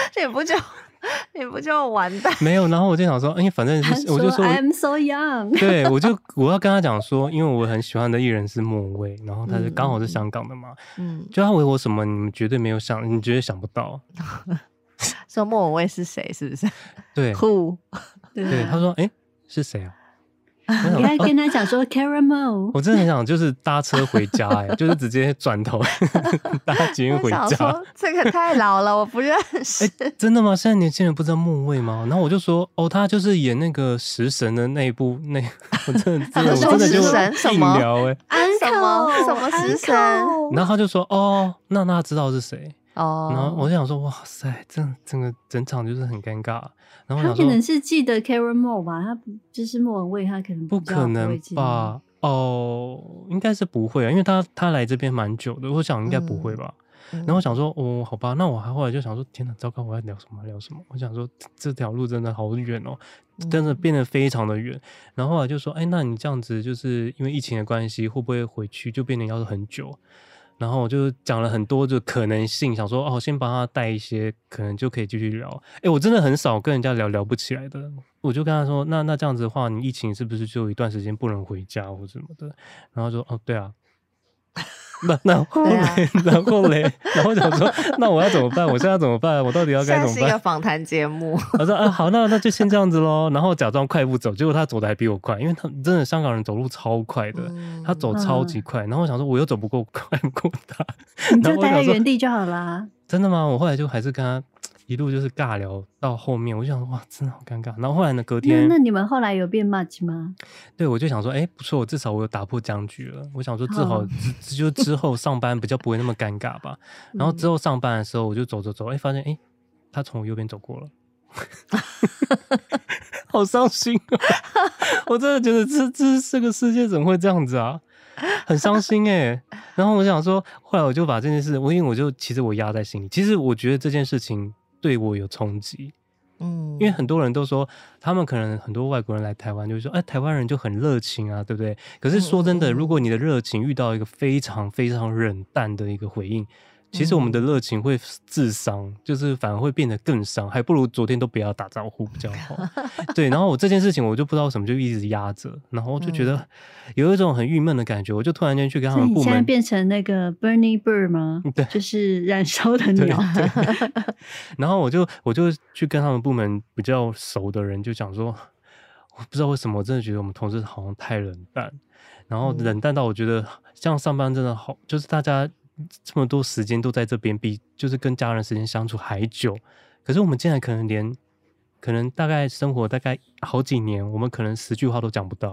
完蛋？ 没有，然后我就想说，反正我就说 I'm so young。 对，我要跟他讲说，因为我很喜欢的艺人是莫蔚，然后他是刚好是香港的嘛，就他回我什么，你们绝对没有想，你绝对想不到。 说莫文蔚是谁？是不是？ 对 ，Who？ 对，他说，是谁啊？ 你应该跟他讲说 Caramel。 我真的很想就是搭车回家，就是直接转头搭捷运回家。 我想说这个太老了，我不认识。 真的吗？现在年轻人不知道莫蔚吗？然后我就说，他就是演那个食神的那一部，我真的就硬聊什么食神？ 然后他就说，那他知道是谁。然后我就想说，哇塞，整场就是很尴尬。然后他可能是记得 Caramel 吧，他就是莫文蔚，他可能不可能吧？应该是不会啊，因为他来这边蛮久的，我想应该不会吧。然后我想说，好吧，那我后来就想说，天哪，糟糕，我要聊什么？我想说这条路真的好远哦，真的变得非常的远。然后后来就说，那你这样子就是因为疫情的关系，会不会回去就变得要很久？然后我就讲了很多就可能性，想说先帮他带一些，可能就可以继续聊。我真的很少跟人家聊不起来的。我就跟他说，那这样子的话，你疫情是不是就有一段时间不能回家或什么的？然后说对啊。然后嘞，然后想说，那我要怎么办？我现在怎么办？我到底要该怎么办？ 现在是一个访谈节目。 我说好，那就先这样子咯。然后假装快步走，结果他走的还比我快，因为他真的香港人走路超快的，他走超级快。然后我想说，我又走不过快不过他， 你就待在原地就好啦。 真的吗？我后来就还是跟他一路就是尬聊到后面，我就想说哇，真的好尴尬。然后后来呢，隔天那你们后来有变 much 吗？ 对，我就想说，不错，至少我有打破僵局了。我想说，至少就之后上班比较不会那么尴尬吧。然后之后上班的时候，我就走，发现他从我右边走过了，好伤心哦！我真的觉得这个世界怎么会这样子啊？很伤心然后我想说，后来我就把这件事，因为其实我压在心里。其实我觉得这件事情对我有冲击，因为很多人都说，他们可能很多外国人来台湾，就说，台湾人就很热情啊，对不对？可是说真的，如果你的热情遇到一个非常非常冷淡的一个回应，其实我们的热情会自伤，就是反而会变得更伤，还不如昨天都不要打招呼比较好。对，然后我这件事情我就不知道为什么就一直压着，然后我就觉得有一种很郁闷的感觉，我就突然间去跟他们部门。 所以你现在变成那个 Burning Bird 吗？ 对， 就是燃烧的鸟。 然后我就去跟他们部门比较熟的人就讲说，我不知道为什么，我真的觉得我们同事好像太冷淡，然后冷淡到我觉得像上班真的好，就是大家这么多时间都在这边，比就是跟家人时间相处还久，可是我们竟然可能大概生活大概好几年，我们可能10句话都讲不到。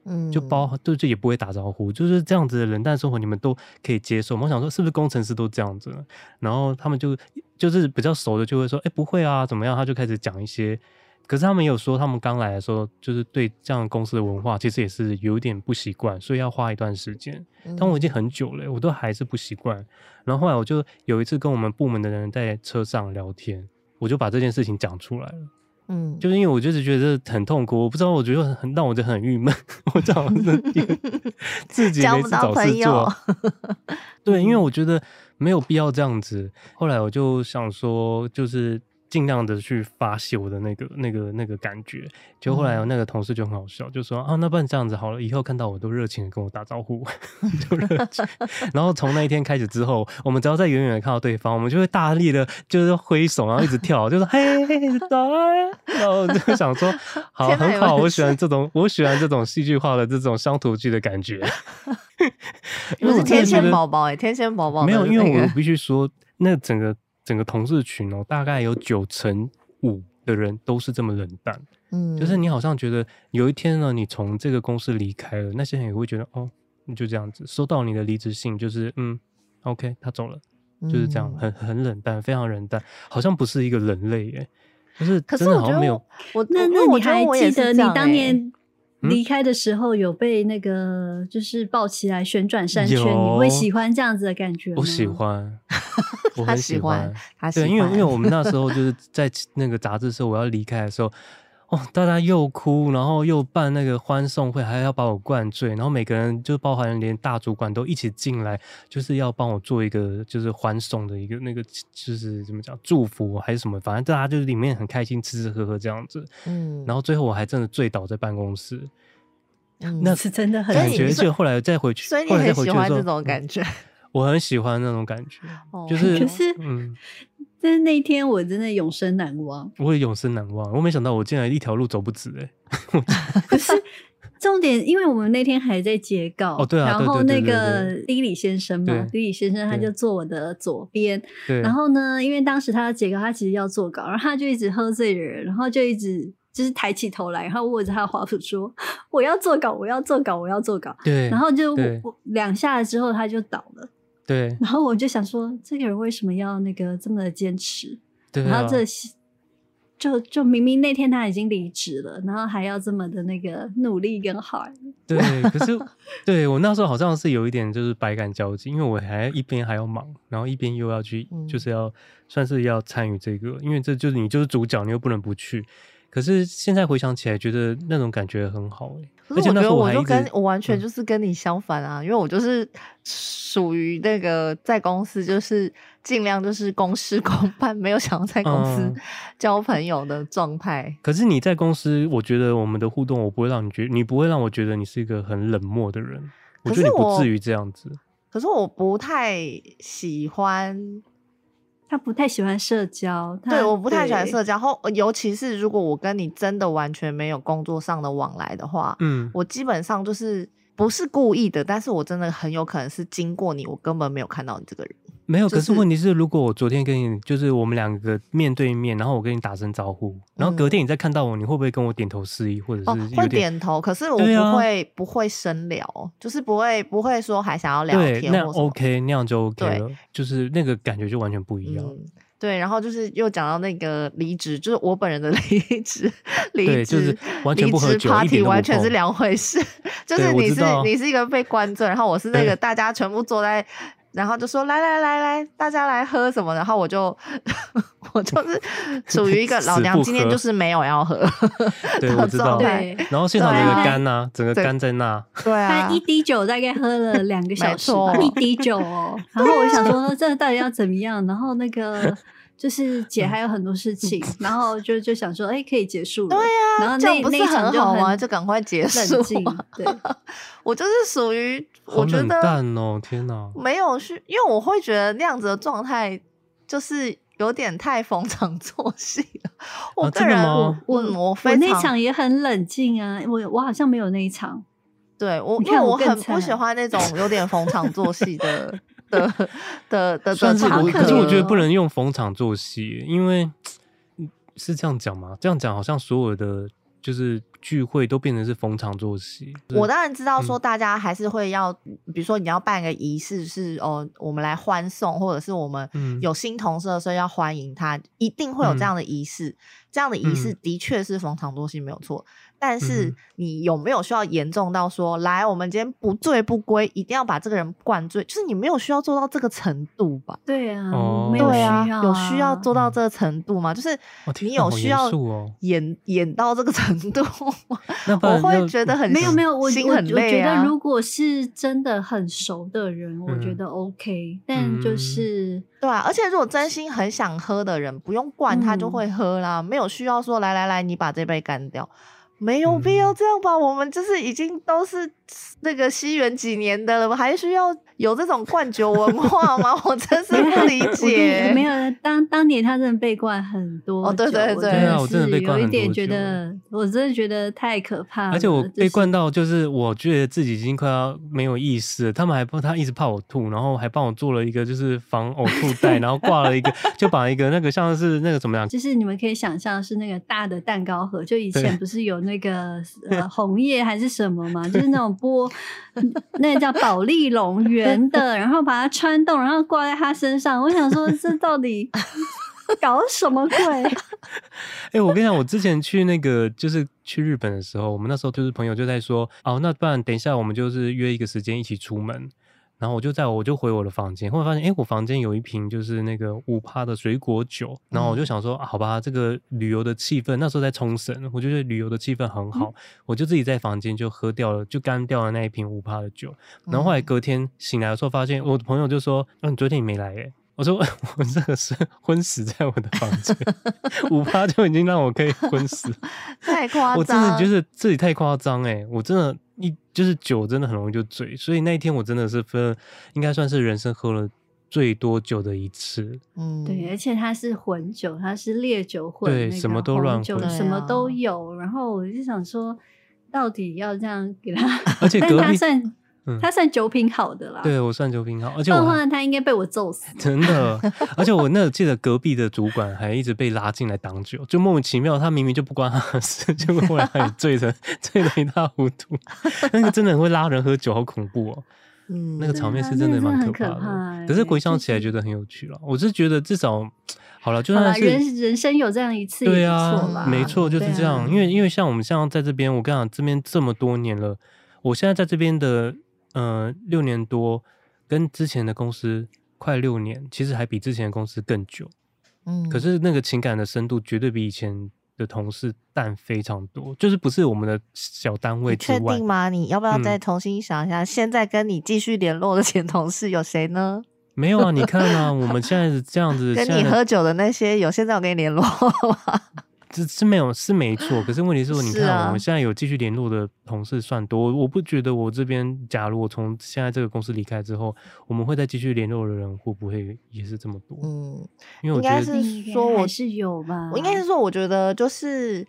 就也不会打招呼，就是这样子的冷淡生活，你们都可以接受吗？我想说，是不是工程师都这样子？然后他们就是比较熟的就会说，不会啊，怎么样？他就开始讲一些。可是他们也有说，他们刚来的时候，就是对这样公司的文化其实也是有点不习惯，所以要花一段时间。但我已经很久了，我都还是不习惯。然后后来我就有一次跟我们部门的人在车上聊天，我就把这件事情讲出来了。就是因为我就是觉得很痛苦，我不知道，我觉得让我就很郁闷，我这样子自己没事找事做。对，因为我觉得没有必要这样子。后来我就想说，就是尽量的去发泄我的那个感觉。就后来有那个同事就很好笑，就说那不然这样子好了，以后看到我都热情的跟我打招呼，就热情。然后从那一天开始之后，我们只要在远远的看到对方，我们就会大力的就是挥手，然后一直跳，就说嘿早安。然后我就想说，好，很好，我喜欢这种戏剧化的这种乡土剧的感觉。 因为是天线宝宝天线宝宝没有， 因为我必须说，那整个同事群大概有95%的人都是这么冷淡。就是你好像觉得有一天呢，你从这个公司离开了，那些人也会觉得你就这样子收到你的离职信，就是OK， 他走了，就是这样，很冷淡，非常冷淡，好像不是一个人类耶。就是真的好像没有。 那你还记得你当年离开的时候有被那个就是抱起来旋转3圈，你会喜欢这样子的感觉吗？ 我喜欢，我很喜欢。 对， 因为我们那时候就是在那个杂志社，我要离开的时候，大家又哭，然后又办那个欢送会，还要把我灌醉，然后每个人就包含连大主管都一起进来，就是要帮我做一个就是欢送的一个那个就是怎么讲祝福还是什么，反正大家就是里面很开心，吃吃喝喝这样子。然后最后我还真的醉倒在办公室。 那是真的很感觉，就后来再回去， 所以你很喜欢这种感觉。 我很喜欢那种感觉，就是可是但是那一天我真的永生难忘。 我也永生难忘，我没想到我竟然一条路走不直可是重点，因为我们那天还在截稿， 对啊， 然后那个李李先生嘛，李李先生他就坐我的左边，然后呢，因为当时他要截稿，他其实要做稿，然后他就一直喝醉的人，然后就一直就是抬起头来，然后握着他的滑鼠说：“我要做稿，我要做稿，我要做稿。” 对， 然后就2下之后他就倒了。 对， 然后我就想说，这个人为什么要那个这么的坚持？ 对、 然后就明明那天他已经离职了，然后还要这么的那个努力跟hard。 对，可是对我那时候好像是有一点就是百感交集，因为我一边还要忙，然后一边又要去，就是要算是要参与这个，因为这就是你就是主角，你又不能不去。可是现在回想起来，觉得那种感觉很好而且那时候我完全就是跟你相反啊，因为我就是属于那个在公司就是尽量就是公事公办，没有想要在公司交朋友的状态。 可是你在公司，我觉得我们的互动，我不会让你不会让我觉得你是一个很冷漠的人，我觉得你不至于这样子。 可是我不太喜欢。 他不太喜欢社交， 对，我不太喜欢社交，尤其是如果我跟你真的完全没有工作上的往来的话，我基本上就是不是故意的，但是我真的很有可能是经过你，我根本没有看到你这个人。 没有，可是问题是，如果我昨天跟你就是我们2个面对面，然后我跟你打声招呼，然后隔天你再看到我，你会不会跟我点头示意，或者是会点头？可是我不会深聊，就是不会说还想要聊天。 对，那 OK， 那样就 OK 了，就是那个感觉就完全不一样。 对，然后就是又讲到那个离职，就是我本人的离职， 对，就是完全不喝酒， party 完全是2回事。就是你是一个被灌醉，然后我是那个大家全部坐在。然后就说来，大家来喝什么？然后我就是属于一个老娘今天就是没有要喝， 对，我知道。对，然后现场整个干啊，整个干在那。 对啊， 他1滴酒大概喝了2个小时，1滴酒哦。然后我想说，这到底要怎么样？然后那个。就是姐还有很多事情，然后就想说，可以结束了。 对啊， 然后这样不是很好吗？就赶快结束。 对， 我就是属于我觉得好冷淡哦，天哪！ 没有因为我会觉得那样子的状态就是有点太逢场作戏了。我个人，我那场也很冷静啊，我好像没有那一场。 对因为我很不喜欢那种有点逢场作戏的。 算是可是我觉得不能用逢场作戏，因为是这样讲嘛？这样讲好像所有的就是聚会都变成是逢场作戏。 我当然知道说大家还是会要，比如说你要办个仪式是我们来欢送，或者是我们有新同事的时候要欢迎他，一定会有这样的仪式。这样的仪式的确是逢场作戏没有错，但是你有没有需要严重到说，来我们今天不醉不归，一定要把这个人灌醉，就是你没有需要做到这个程度吧？ 对啊，没有需要， 有需要做到这个程度吗？就是你有需要演到这个程度我会觉得很没有， 心很累啊。 我觉得如果是真的很熟的人，我觉得 OK，但就是对啊，而且如果真心很想喝的人，不用灌他就会喝啦，没有需要说来你把这杯干掉，没有必要这样吧？我们就是已经都是那个西元几年的了，还需要有这种灌酒文化吗？我真是不理解。 没有，当年他真的被灌很多酒， 对啊，我真的被灌很多酒， 有一点觉得，我真的觉得太可怕了。 而且我被灌到，就是我觉得自己已经快要没有意识了。他一直怕我吐，然后还帮我做了一个就是防呕吐袋，然后挂了一个，就把一个那个像是那个怎么样， 就是你们可以想象是那个大的蛋糕盒，就以前不是有那个红叶还是什么嘛，就是那种那个叫保丽龙圆的，然后把它穿洞，然后挂在他身上。我想说，这到底搞什么鬼？ 我跟你讲，我之前去那个就是去日本的时候，我们那时候就是朋友就在说，那不然等一下我们就是约一个时间一起出门。然后我就回我的房间，后来发现我房间有一瓶就是那个5%的水果酒，然后我就想说好吧，这个旅游的气氛，那时候在冲绳，我觉得旅游的气氛很好，我就自己在房间就喝掉了，就干掉了那一瓶5%的酒。然后后来隔天醒来的时候，发现我的朋友就说你昨天你没来耶。我说我这个是昏死在我的房间5%就已经让我可以昏死太夸张， 我真的觉得自己太夸张我真的就是酒真的很容易就醉，所以那一天我真的是应该算是人生喝了最多酒的一次。 对，而且它是混酒，它是烈酒混， 对，什么都乱混， 什么都有。然后我就想说，到底要这样给他， 而且隔壁他算酒品好的啦， 对，我算酒品好，而且他应该被我揍死， 真的。而且我记得隔壁的主管还一直被拉进来挡酒，就莫名其妙，他明明就不关他的事，结果后来他也醉得一塌糊涂。那个真的很会拉人喝酒，好恐怖哦。那个场面是真的蛮可怕的，可是回想起来觉得很有趣了。我是觉得至少好了，就算是人生有这样一次， 对啊，没错，就是这样。因为像我们像在这边，我跟你讲，这边这么多年了，我现在在这边的6年多，跟之前的公司快6年，其实还比之前的公司更久。可是那个情感的深度绝对比以前的同事淡非常多，就是不是我们的小单位之外。 你确定吗？你要不要再重新想一下，现在跟你继续联络的前同事有谁呢？ 没有啊，你看啊，我们现在是这样子， 跟你喝酒的那些有现在有跟你联络吗？ 是没有，是没错。可是问题是，你看我们现在有继续联络的同事算多，我不觉得我这边，假如我从现在这个公司离开之后，我们会再继续联络的人会不会也是这么多？因为我觉得应该是说还是有吧。 我应该是说，我觉得就是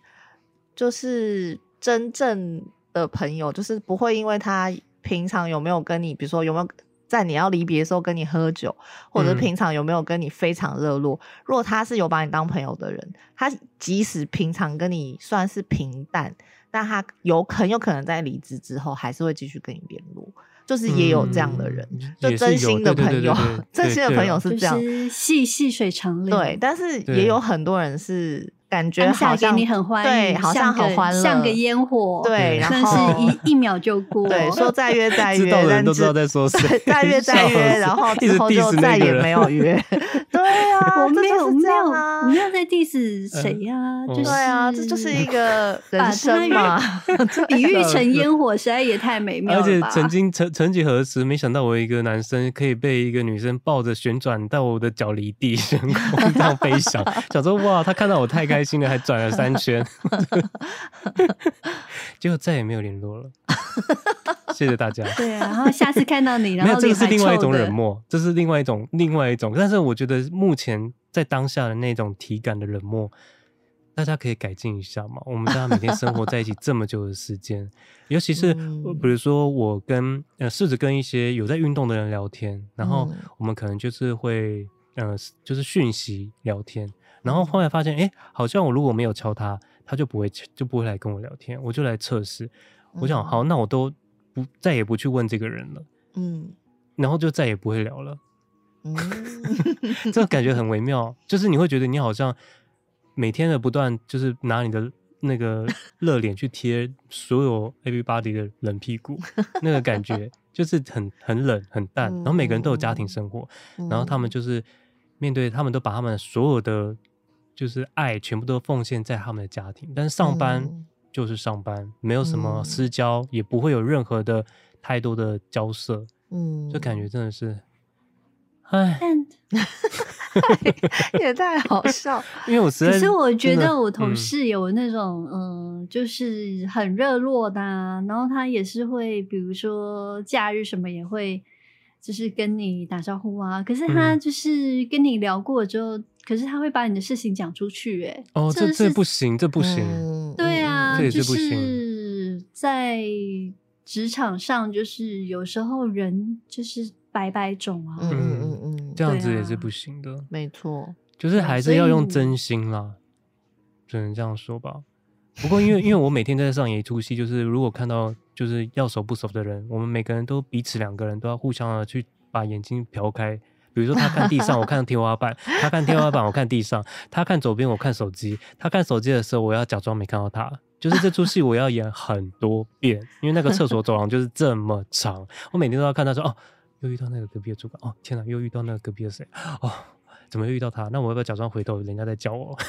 真正的朋友，就是不会因为他平常有没有跟你，比如说有没有在你要离别的时候跟你喝酒，或者平常有没有跟你非常热络，如果他是有把你当朋友的人，他即使平常跟你算是平淡，但他很有可能在离职之后还是会继续跟你联络，就是也有这样的人，就真心的朋友，真心的朋友是这样， 就是细水长流。 对，但是也有很多人是感觉好像给你很欢对，好像很欢乐， 像个烟火， 对，然后但是一秒就过， 对，说再约再约， 知道的人都知道在说谁， 再约再约，然后之后就再也没有约。对啊， 我没有在 diss 谁呀， 就是对啊，这就是一个人生嘛， 比喻成烟火实在也太美妙了吧。 而且曾几何时，没想到我一个男生可以被一个女生抱着旋转到我的脚离地悬空，这样飞翔，想说哇，他看到我太开心了，还转了3圈，结果再也没有联络了。谢谢大家。 对啊，然后下次看到你，然后没有，这个是另外一种冷漠，这是另外一种。但是我觉得目前在当下的那种体感的冷漠，大家可以改进一下嘛。我们大家每天生活在一起这么久的时间，尤其是比如说我试着跟一些有在运动的人聊天，然后我们可能就是会就是讯息聊天。然后后来发现好像我如果没有敲他他就不会来跟我聊天，我就来测试。我想好，那我都再也不去问这个人了，然后就再也不会聊了。这个感觉很微妙，就是你会觉得你好像每天的不断就是拿你的那个热脸去贴所有 everybody 的冷屁股，那个感觉就是很冷很淡。然后每个人都有家庭生活，然后他们就是面对，他们都把他们所有的就是爱全部都奉献在他们的家庭，但是上班就是上班，没有什么私交，也不会有任何的太多的交涉，就感觉真的是。唉， 也太好笑。 因为我实在， 可是我觉得我同事有那种就是很热络的然后他也是会比如说假日什么也会就是跟你打招呼啊，可是他就是跟你聊过之后，可是他会把你的事情讲出去这不行，这不行。 对啊， 这也是不行。 就是在职场上就是有时候人就是百种啊， 这样子也是不行的， 没错， 就是还是要用真心啦，只能这样说吧。不过因为我每天都在上演一出戏，就是如果看到就是要熟不熟的人，我们每个人都彼此两个人都要互相的去把眼睛瞟开，比如说他看地上我看天花板，他看天花板我看地上，他看左边我看手机，他看手机的时候我要假装没看到他，就是这出戏我要演很多遍，因为那个厕所走廊就是这么长，我每天都要看他说又遇到那个隔壁的主管天哪，又遇到那个隔壁的谁怎么又遇到他？那我要不要假装回头人家在叫我？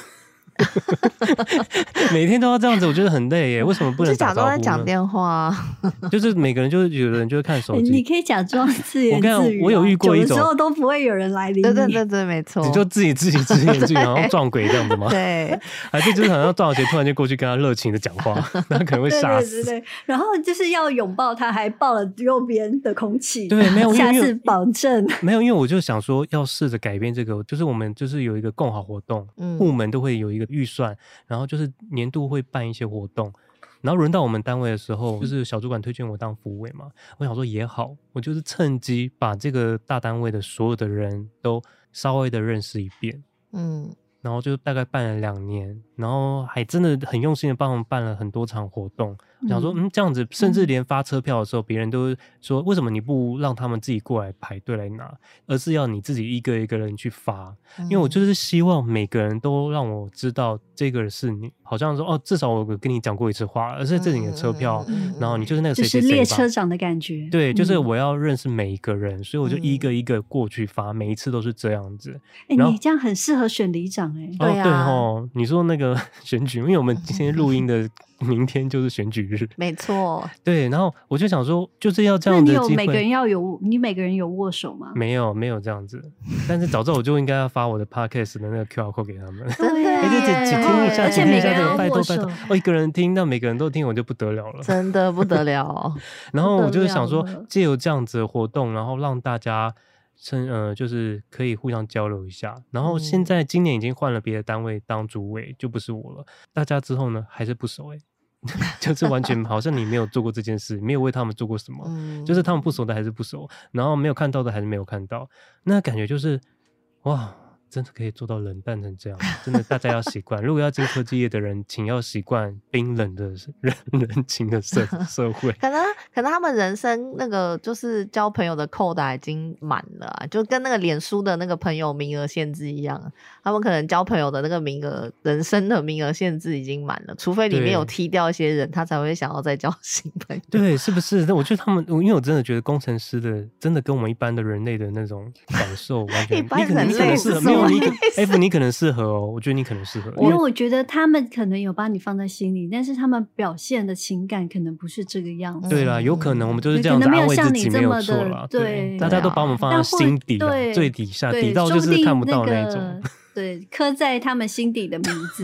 每天都要这样子，我觉得很累耶。为什么不能打招呼呢？ 就假装在讲电话就是每个人就是有的人就会看手机， 你可以假装自言自语。 我有遇过一种， 有的时候都不会有人来理你。 对，没错。 你就自己自言自语，好像撞鬼这样子吗？ 对， 还是就是好像撞到谁，突然就过去跟他热情的讲话，那可能会吓死。 对，然后就是要拥抱他，还抱了右边的空气。 对，没有， 下次保证没有，因为我就想说要试着改变这个，就是我们就是有一个共好活动，部门都会有一个预算。然后就是年度会办一些活动，然后轮到我们单位的时候，就是小主管推荐我当副委嘛，我想说也好，我就是趁机把这个大单位的所有的人都稍微的认识一遍，然后就大概办了2年，然后还真的很用心的帮我们办了很多场活动，想说这样子，甚至连发车票的时候，别人都说为什么你不让他们自己过来排队来拿，而是要你自己一个一个人去发，因为我就是希望每个人都让我知道这个是你，好像说至少我跟你讲过一次话，而是这是你的车票，然后你就是那个谁谁谁吧， 就是列车长的感觉。 对，就是我要认识每一个人，所以我就一个一个过去发，每一次都是这样子。 你这样很适合选里长对啊， 你说那个选举，因为我们今天录音的明天就是选举日， 没错。 对，然后我就想说，就是要这样的机会。 那你每个人有握手吗？ 没有这样子，但是早知道我就应该要发我的 podcast 的那个 QR code 给他们， 对呀， 只听一下， 而且每个人这个，拜托， 一个人听，那每个人都听，我就不得了了， 真的不得了。 然后我就想说，借由这样子的活动，然后让大家就是可以互相交流一下。然后现在今年已经换了别的单位当主委，就不是我了。大家之后呢还是不熟就是完全好像你没有做过这件事，没有为他们做过什么，就是他们不熟的还是不熟，然后没有看到的还是没有看到，那感觉就是哇，真的可以做到冷淡成这样，真的大家要习惯。如果要进科技业的人，请要习惯冰冷的人情的社会。 可能他们人生那个就是交朋友的扣打已经满了啊，就跟那个脸书的那个朋友名额限制一样，他们可能交朋友的那个名额，人生的名额限制已经满了，除非里面有踢掉一些人，他才会想要再交新朋友。 对，是不是？我觉得他们，因为我真的觉得工程师的真的跟我们一般的人类的那种感受完全， 一般人类是没有F 你可能适合我觉得你可能适合， 因为我觉得他们可能有把你放在心里，但是他们表现的情感可能不是这个样子。 对啦，有可能我们就是这样子安慰自己，没有错啦。 对， 大家都把我们放在心底了，最底下，底到就是看不到那种。 对，刻在他们心底的名字。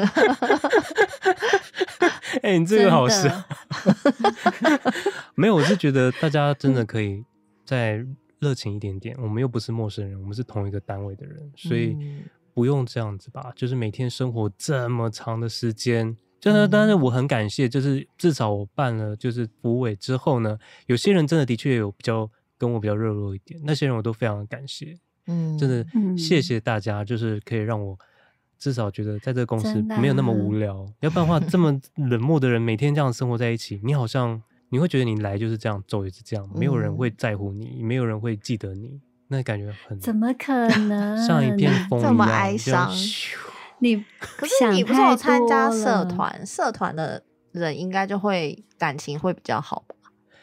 你这个好笑。没有，我是觉得大家真的可以再热情一点点，我们又不是陌生人，我们是同一个单位的人，所以不用这样子吧，就是每天生活这么长的时间，真的，但是我很感谢，就是至少我办了就是辅委之后呢，有些人真的确有跟我比较热络一点，那些人我都非常的感谢，真的谢谢大家，就是可以让我至少觉得在这个公司没有那么无聊，要不然的话这么冷漠的人每天这样生活在一起，你好像你会觉得你来就是这样，走也是这样，没有人会在乎你，没有人会记得你，那感觉很怎么可能像一片风一样这么哀伤。 你可是你不是有参加社团，社团的人应该就会感情会比较好吧？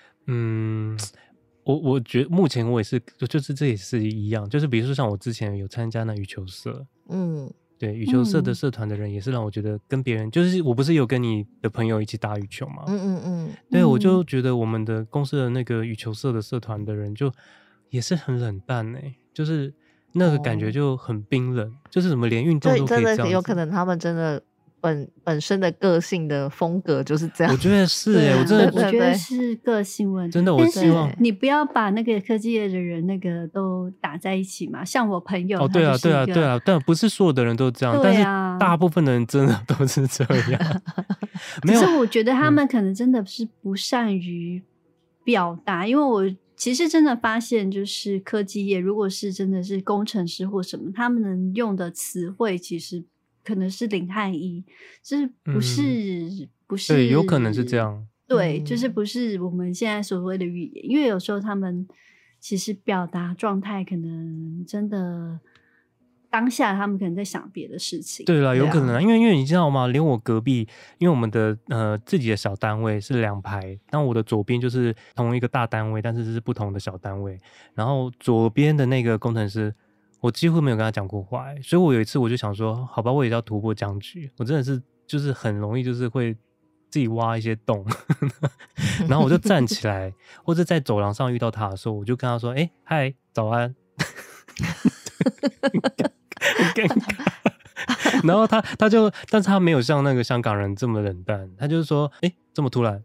我觉得目前我也是，就是这也是一样，就是比如说像我之前有参加那羽球社，对，羽球社的社团的人也是让我觉得跟别人，就是我不是有跟你的朋友一起打羽球吗？对，我就觉得我们的公司的那个羽球社的社团的人就也是很冷淡就是那个感觉就很冰冷，就是怎么连运动都可以这样子， 真的有可能他们真的本身的个性的风格就是这样。 我觉得是我真的我觉得是个性问题。 真的，我希望你不要把那个科技业的人那个都打在一起嘛。像我朋友， 对啊，但不是所有的人都这样，但是大部分的人真的都是这样。 可是我觉得他们可能真的是不善于表达，因为我其实真的发现，就是科技业如果是真的是工程师或什么，他们能用的词汇其实可能是零和一，就是不是对，有可能是这样。 对，就是不是我们现在所谓的语言，因为有时候他们其实表达状态可能真的当下他们可能在想别的事情。 对啦，有可能因为你知道吗？连我隔壁，因为我们的自己的小单位是2排，但我的左边就是同一个大单位，但是是不同的小单位。然后左边的那个工程师，我几乎没有跟他讲过话，所以我有一次我就想说，好吧，我也要突破僵局。我真的是就是很容易就是会自己挖一些洞，然后我就站起来，或者在走廊上遇到他的时候，我就跟他说：“嗨，早安。”很尴尬，然后他就，但是他没有像那个香港人这么冷淡，他就是说，这么突然，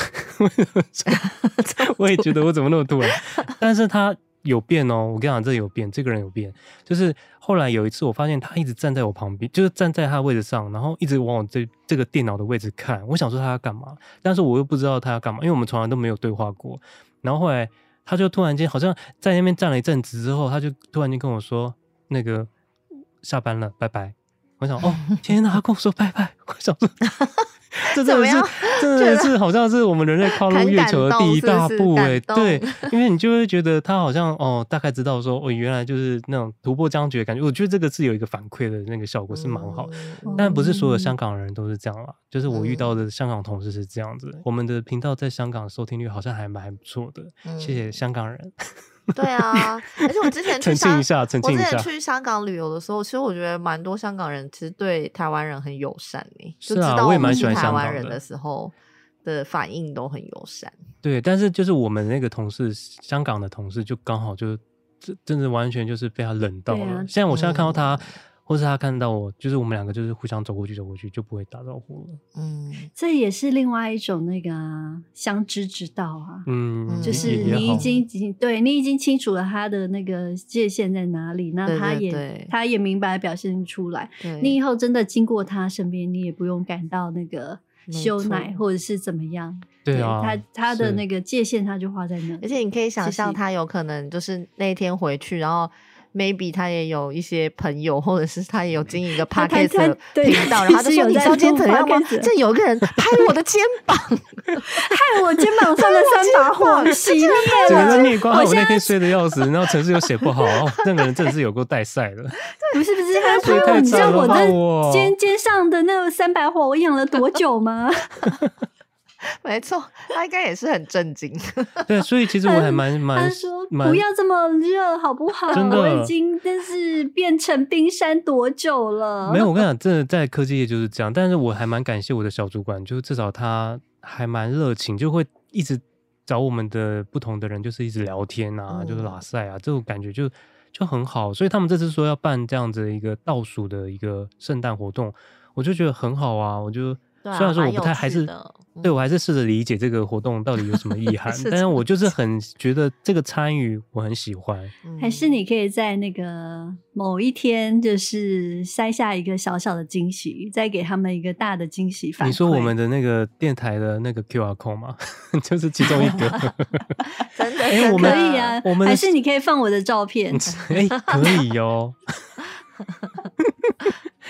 我也觉得我怎么那么突然，但是他有变哦，我跟你讲，这有变，这个人有变，就是后来有一次我发现他一直站在我旁边，就是站在他的位置上，然后一直往我这个电脑的位置看，我想说他要干嘛，但是我又不知道他要干嘛，因为我们从来都没有对话过，然后后来他就突然间好像在那边站了一阵子之后，他就突然间跟我说那个下班了，拜拜。我想天哪，他跟我说拜拜，我想说这真的是好像是我们人类跨入月球的第一大步对，因为你就会觉得他好像大概知道说原来就是那种突破僵局的感觉，我觉得这个是有一个反馈的那个效果是蛮好的，但不是所有香港人都是这样啦，就是我遇到的香港同事是这样子，我们的频道在香港收听率好像还蛮不错的，谢谢香港人。 对啊，而且我之前澄清一下， 我之前去香港旅游的时候，其实我觉得蛮多香港人其实对台湾人很友善就知道我们是台湾人的时候的反应都很友善。 对，但是就是我们那个同事，香港的同事就刚好就真的完全就是被他冷到了。现在我现在看到他。或是他看到我，就是我们两个就是互相走过去就不会打招呼了。 这也是另外一种那个相知之道啊。就是你已经清楚了他的那个界限在哪里，那他也明白表现出来。你以后真的经过他身边，你也不用感到那个羞赧或者是怎么样。 对啊， 他的那个界限他就画在那里。 而且你可以想象，他有可能就是那一天回去，然后。maybe 他也有一些朋友，或者是他也有经营一个 podcast 的频道，然后他就说：“你知道今天怎样吗？这有一个人拍我的肩膀， 害我肩膀上了3把火，熄灭了。 整个灭光，我那天睡得要死，然后程式又写不好，那个人真的是有够带赛的。 不是，他说你知道我的肩上的那3把火，我养了多久吗？” 没错，他应该也是很震惊。 对，所以其实我还蛮他说不要这么热好不好？ 真的， 我已经但是变成冰山多久了？ 没有，我跟你讲，真的在科技业就是这样。但是我还蛮感谢我的小主管，就是至少他还蛮热情，就会一直找我们的不同的人，就是一直聊天啊，就是拉赛啊，这种感觉就很好。所以他们这次说要办这样子一个倒数的一个圣诞活动，我就觉得很好啊，我就。虽然说我不太还是对我还是试着理解这个活动到底有什么意涵，但是我就是很觉得这个参与我很喜欢。 还是你可以在那个某一天就是塞下一个小小的惊喜，再给他们一个大的惊喜反馈。 你说我们的那个电台的那个 QR code 吗？就是其中一个。 真的， 我们可以啊，还是你可以放我的照片。 可以哦。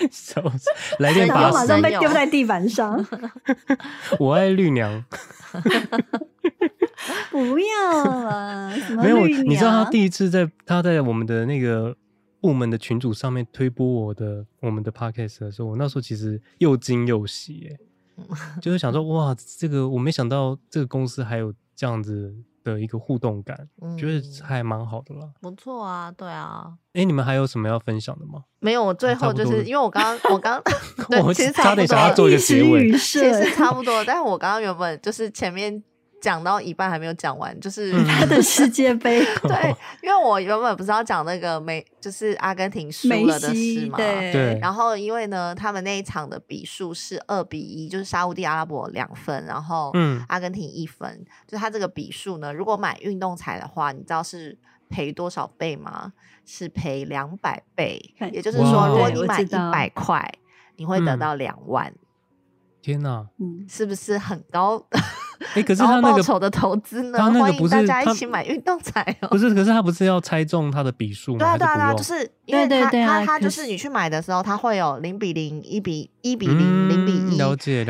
来电然后马上被神丢在地板上。 我爱绿娘。 不要了，什么没有， 绿娘你知道他第一次他在我们的那个部门的群组上面推播我们的 podcast 的时候，我那时候其实又惊又喜耶，就是想说哇，这个我没想到这个公司还有这样子的一个互动感，觉得还蛮好的啦。 不错啊，对啊。 你们还有什么要分享的吗？ 没有，我最后就是因为我刚对， 我其实差点想要做一个结尾， 其实差不多，但是我刚刚原本就是前面讲到一半还没有讲完，就是他的世界杯。 对，因为我原本不是要讲那个就是阿根廷输了的事嘛， 对。 然后因为呢，他们那一场的比数是2-1，就是沙烏地阿拉伯2分，然后阿根廷1分，就他这个比数呢，如果买运动彩的话，你知道是赔多少倍吗？是赔200倍，也就是说，如果你买100块，你会得到2万。 天哪， 是不是很高？ 可是他那个报酬的投资呢？欢迎大家一起买运动彩哦。 不是，可是他不是要猜中他的笔数吗？ 对啊，就是因为他就是你去买的时候，他会有0-0、1-0、1-0、0-1， 了解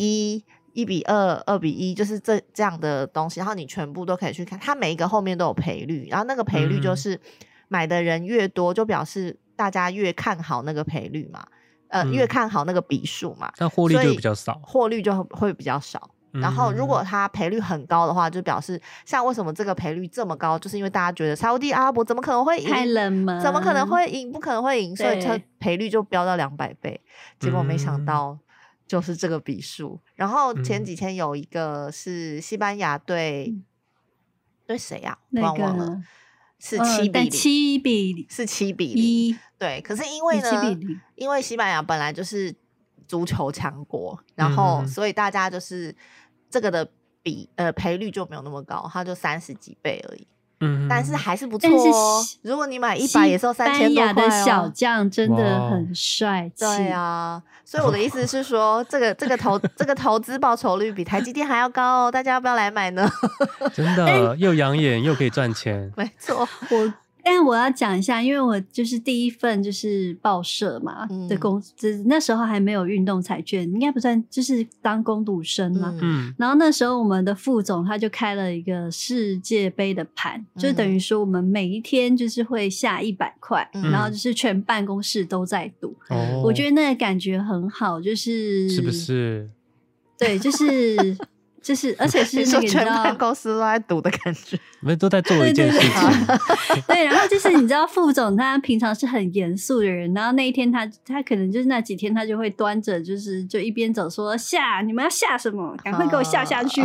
1-1、1-2、2-1，就是这样的东西，然后你全部都可以去看，它每一个后面都有赔率，然后那个赔率就是买的人越多，就表示大家越看好那个赔率嘛，越看好那个笔数嘛， 但获利就比较少， 获利就会比较少。然后如果它赔率很高的话，就表示像为什么这个赔率这么高，就是因为大家觉得沙烏地阿拉伯怎么可能会赢， 太冷门， 怎么可能会赢，不可能会赢，所以它赔率就飙到200倍。结果没想到就是这个比数。然后前几天有一个是西班牙对谁啊？ 那个忘了，是7-0，7-0，是7-0。对，可是因为呢，因为西班牙本来就是足球强国，然后所以大家就是这个的赔率就没有那么高，它就30几倍而已。但是还是不错哦。如果你买100也是3000多块哦。 西班牙的小将真的很帅气。 对啊，所以我的意思是说，这个投资报酬率比台积电还要高哦，大家要不要来买呢？ 真的又养眼又可以赚钱。 没错， 但我要讲一下，因为我就是第一份就是报社嘛的公司，那时候还没有运动彩券，应该不算，就是当工读生嘛。然后那时候我们的副总他就开了一个世界杯的盘，就等于说我们每一天就是会下100块，然后就是全办公室都在赌。我觉得那个感觉很好，是不是？ 对，就是，而且是那个全办公司都在赌的感觉， 我们都在做一件事情。 对，然后就是你知道副总他平常是很严肃的人，然后那一天他可能就是那几天他就会端着就一边走说你们要下什么，赶快给我下去。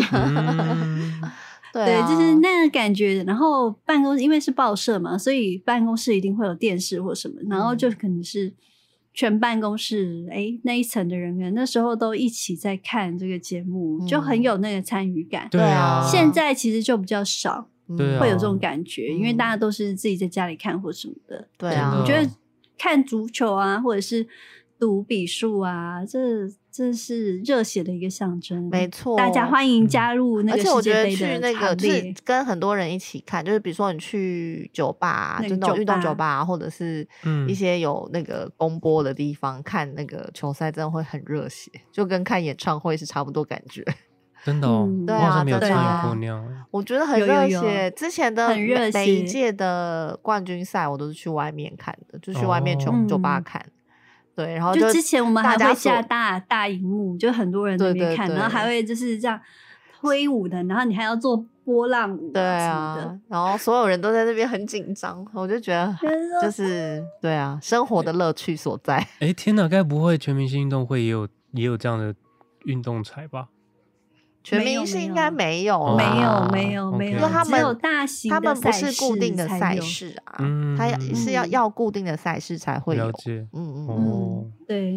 对，就是那个感觉。然后办公室因为是报社嘛，所以办公室一定会有电视或什么，然后就可能是全办公室那一层的人员那时候都一起在看这个节目，就很有那个参与感。 对啊， 现在其实就比较少， 对啊， 会有这种感觉，因为大家都是自己在家里看或什么的。 对啊， 我觉得看足球啊，或者是赌比数啊，这是热血的一个象征。 没错， 大家欢迎加入那个世界杯的行列。而且我觉得去那个就是跟很多人一起看，就是比如说你去酒吧，就那种运动酒吧，或者是一些有那个公播的地方看那个球赛，真的会很热血，就跟看演唱会是差不多感觉。 真的哦， 对啊， 我好像没有参与过那样。 我觉得很热血。之前的每一届的冠军赛，我都是去外面看的，就去外面酒吧看。对，然后就之前我们还会下大荧幕，就很多人在那边看，然后还会就是这样挥舞的，然后你还要做波浪舞， 对啊，然后所有人都在那边很紧张，我就觉得就是对啊，生活的乐趣所在。 天哪，该不会全明星运动会也有这样的运动彩吧？ 全明星应该没有， 没有，因为他们只有大型的， 他们不是固定的赛事啊，他是要固定的赛事才会有。 对。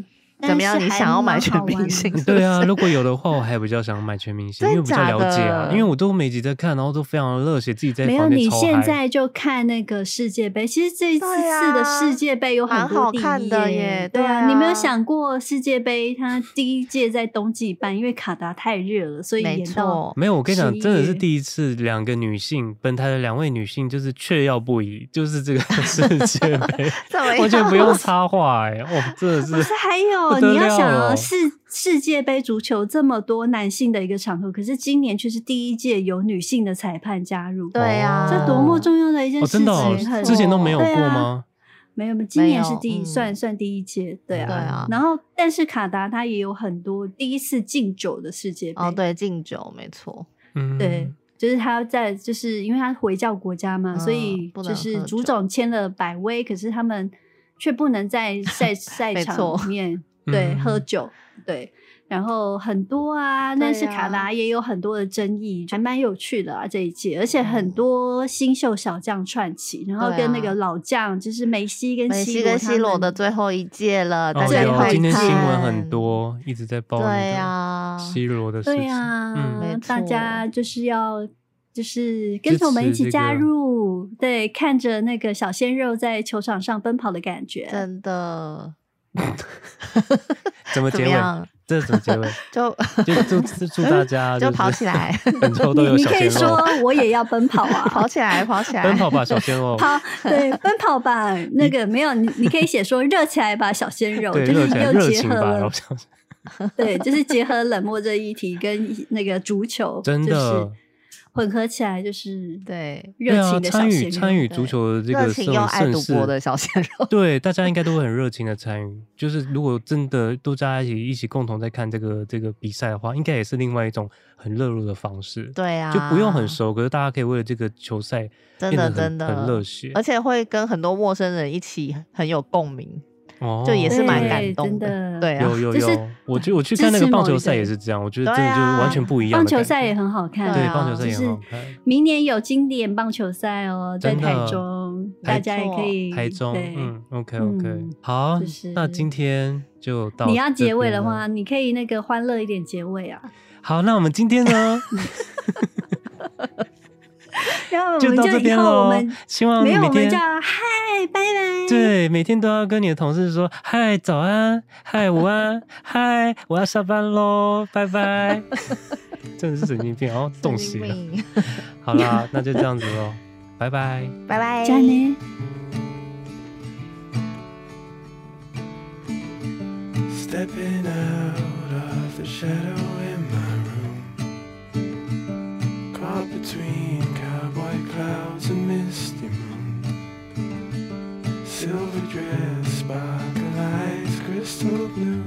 怎么样？你想要买全明星？ 对啊，如果有的话，我还比较想买全明星，因为比较了解啊。因为我都每集在看，然后都非常的热血，自己在房间超嗨。 没有，你现在就看那个世界杯。其实这一次的世界杯有很多第一蛮好看的耶。 对啊，你没有想过世界杯它第一届在冬季办，因为卡达太热了，所以延到没有。我跟你讲，真的是第一次两个女性，本台的2位女性就是确要不已，就是这个世界杯完全不用插话哎，哇，真的是。 不是还有你要想啊，世界杯足球这么多男性的一个场合，可是今年却是第一届有女性的裁判加入， 对啊， 这多么重要的一件事情！ 真的之前都没有过吗？ 没有，今年是算第一届，对啊。 对啊。 然后，但是卡达它也有很多第一次禁酒的世界杯。 哦，对，禁酒没错。 对，就是他就是因为他回教国家嘛，所以就是足总签了百威，可是他们却不能在赛场里面对喝酒，对。然后很多啊，但是卡达也有很多的争议，还蛮有趣的啊这一届，而且很多新秀小将串起，然后跟那个老将就是梅西跟 C 罗的最后一届了，大家快看。 今天新闻很多，一直在报那个 C 罗的事情。 对啊，大家就是要就是跟着我们一起加入，对，看着那个小鲜肉在球场上奔跑的感觉， 真的。 怎么结尾？这怎么结尾？就祝大家就跑起来， 本周都有小鲜肉。 你可以说我也要奔跑啊， 跑起来，跑起来， 奔跑吧小鲜肉。 对，奔跑吧。那个没有，你可以写说热起来吧小鲜肉，就是又结合了，对，就是结合冷漠这一题跟那个足球， 真的。 混合起来就是对热情的小鲜肉， 参与足球的这个热情又爱赌博的小鲜肉， 对，大家应该都会很热情的参与。就是如果真的都大家一起共同在看这个比赛的话，应该也是另外一种很热络的方式。 对啊， 就不用很熟，可是大家可以为了这个球赛真的很热血， 而且会跟很多陌生人一起很有共鸣。就也是蛮感动的，对啊， 有，我去看那个棒球赛也是这样，我觉得真的就是完全不一样的。 棒球赛也很好看， 对，棒球赛也很好看。 明年有经典棒球赛哦，在台中，大家也可以。 台中，OK，好，那今天就到。 你要结尾的话，你可以那个欢乐一点结尾啊。 好，那我们今天呢？ 然后我就到这边喽。希望没有， 每天我们叫嗨，拜拜。 对，每天都要跟你的同事说嗨，早安，嗨，午安，嗨，我要下班喽，拜拜。真的是神经病，然后中邪了。好啦，那就这样子咯，拜拜， 拜拜， 加呢。 Stepping out of the shadow in my room, caught between cowboy clouds and misty moon. Silver dress, sparkle eyes, crystal blue.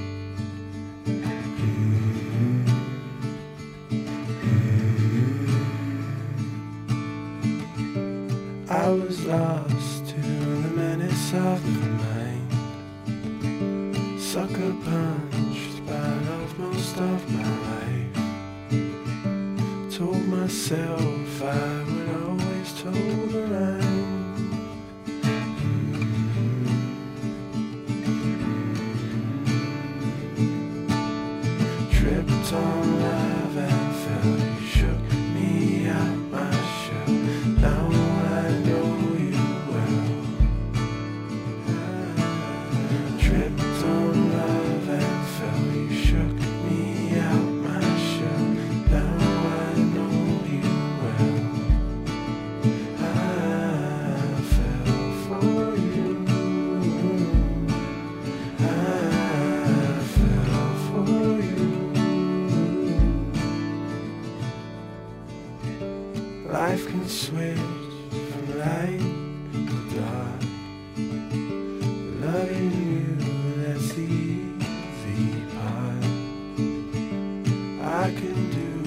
I was lost to the menace of the mind, sucker punched, part of most of my life. Told myself I would always toe the line. Tripped on love and fell, you shook me out my shell. Now I know you well. Tripped on love and fell, you shook me out my shell. Now I know you well. I fell for you. I fell for you. Life can switch from light to dark. Loving you, that's the easy part. I can do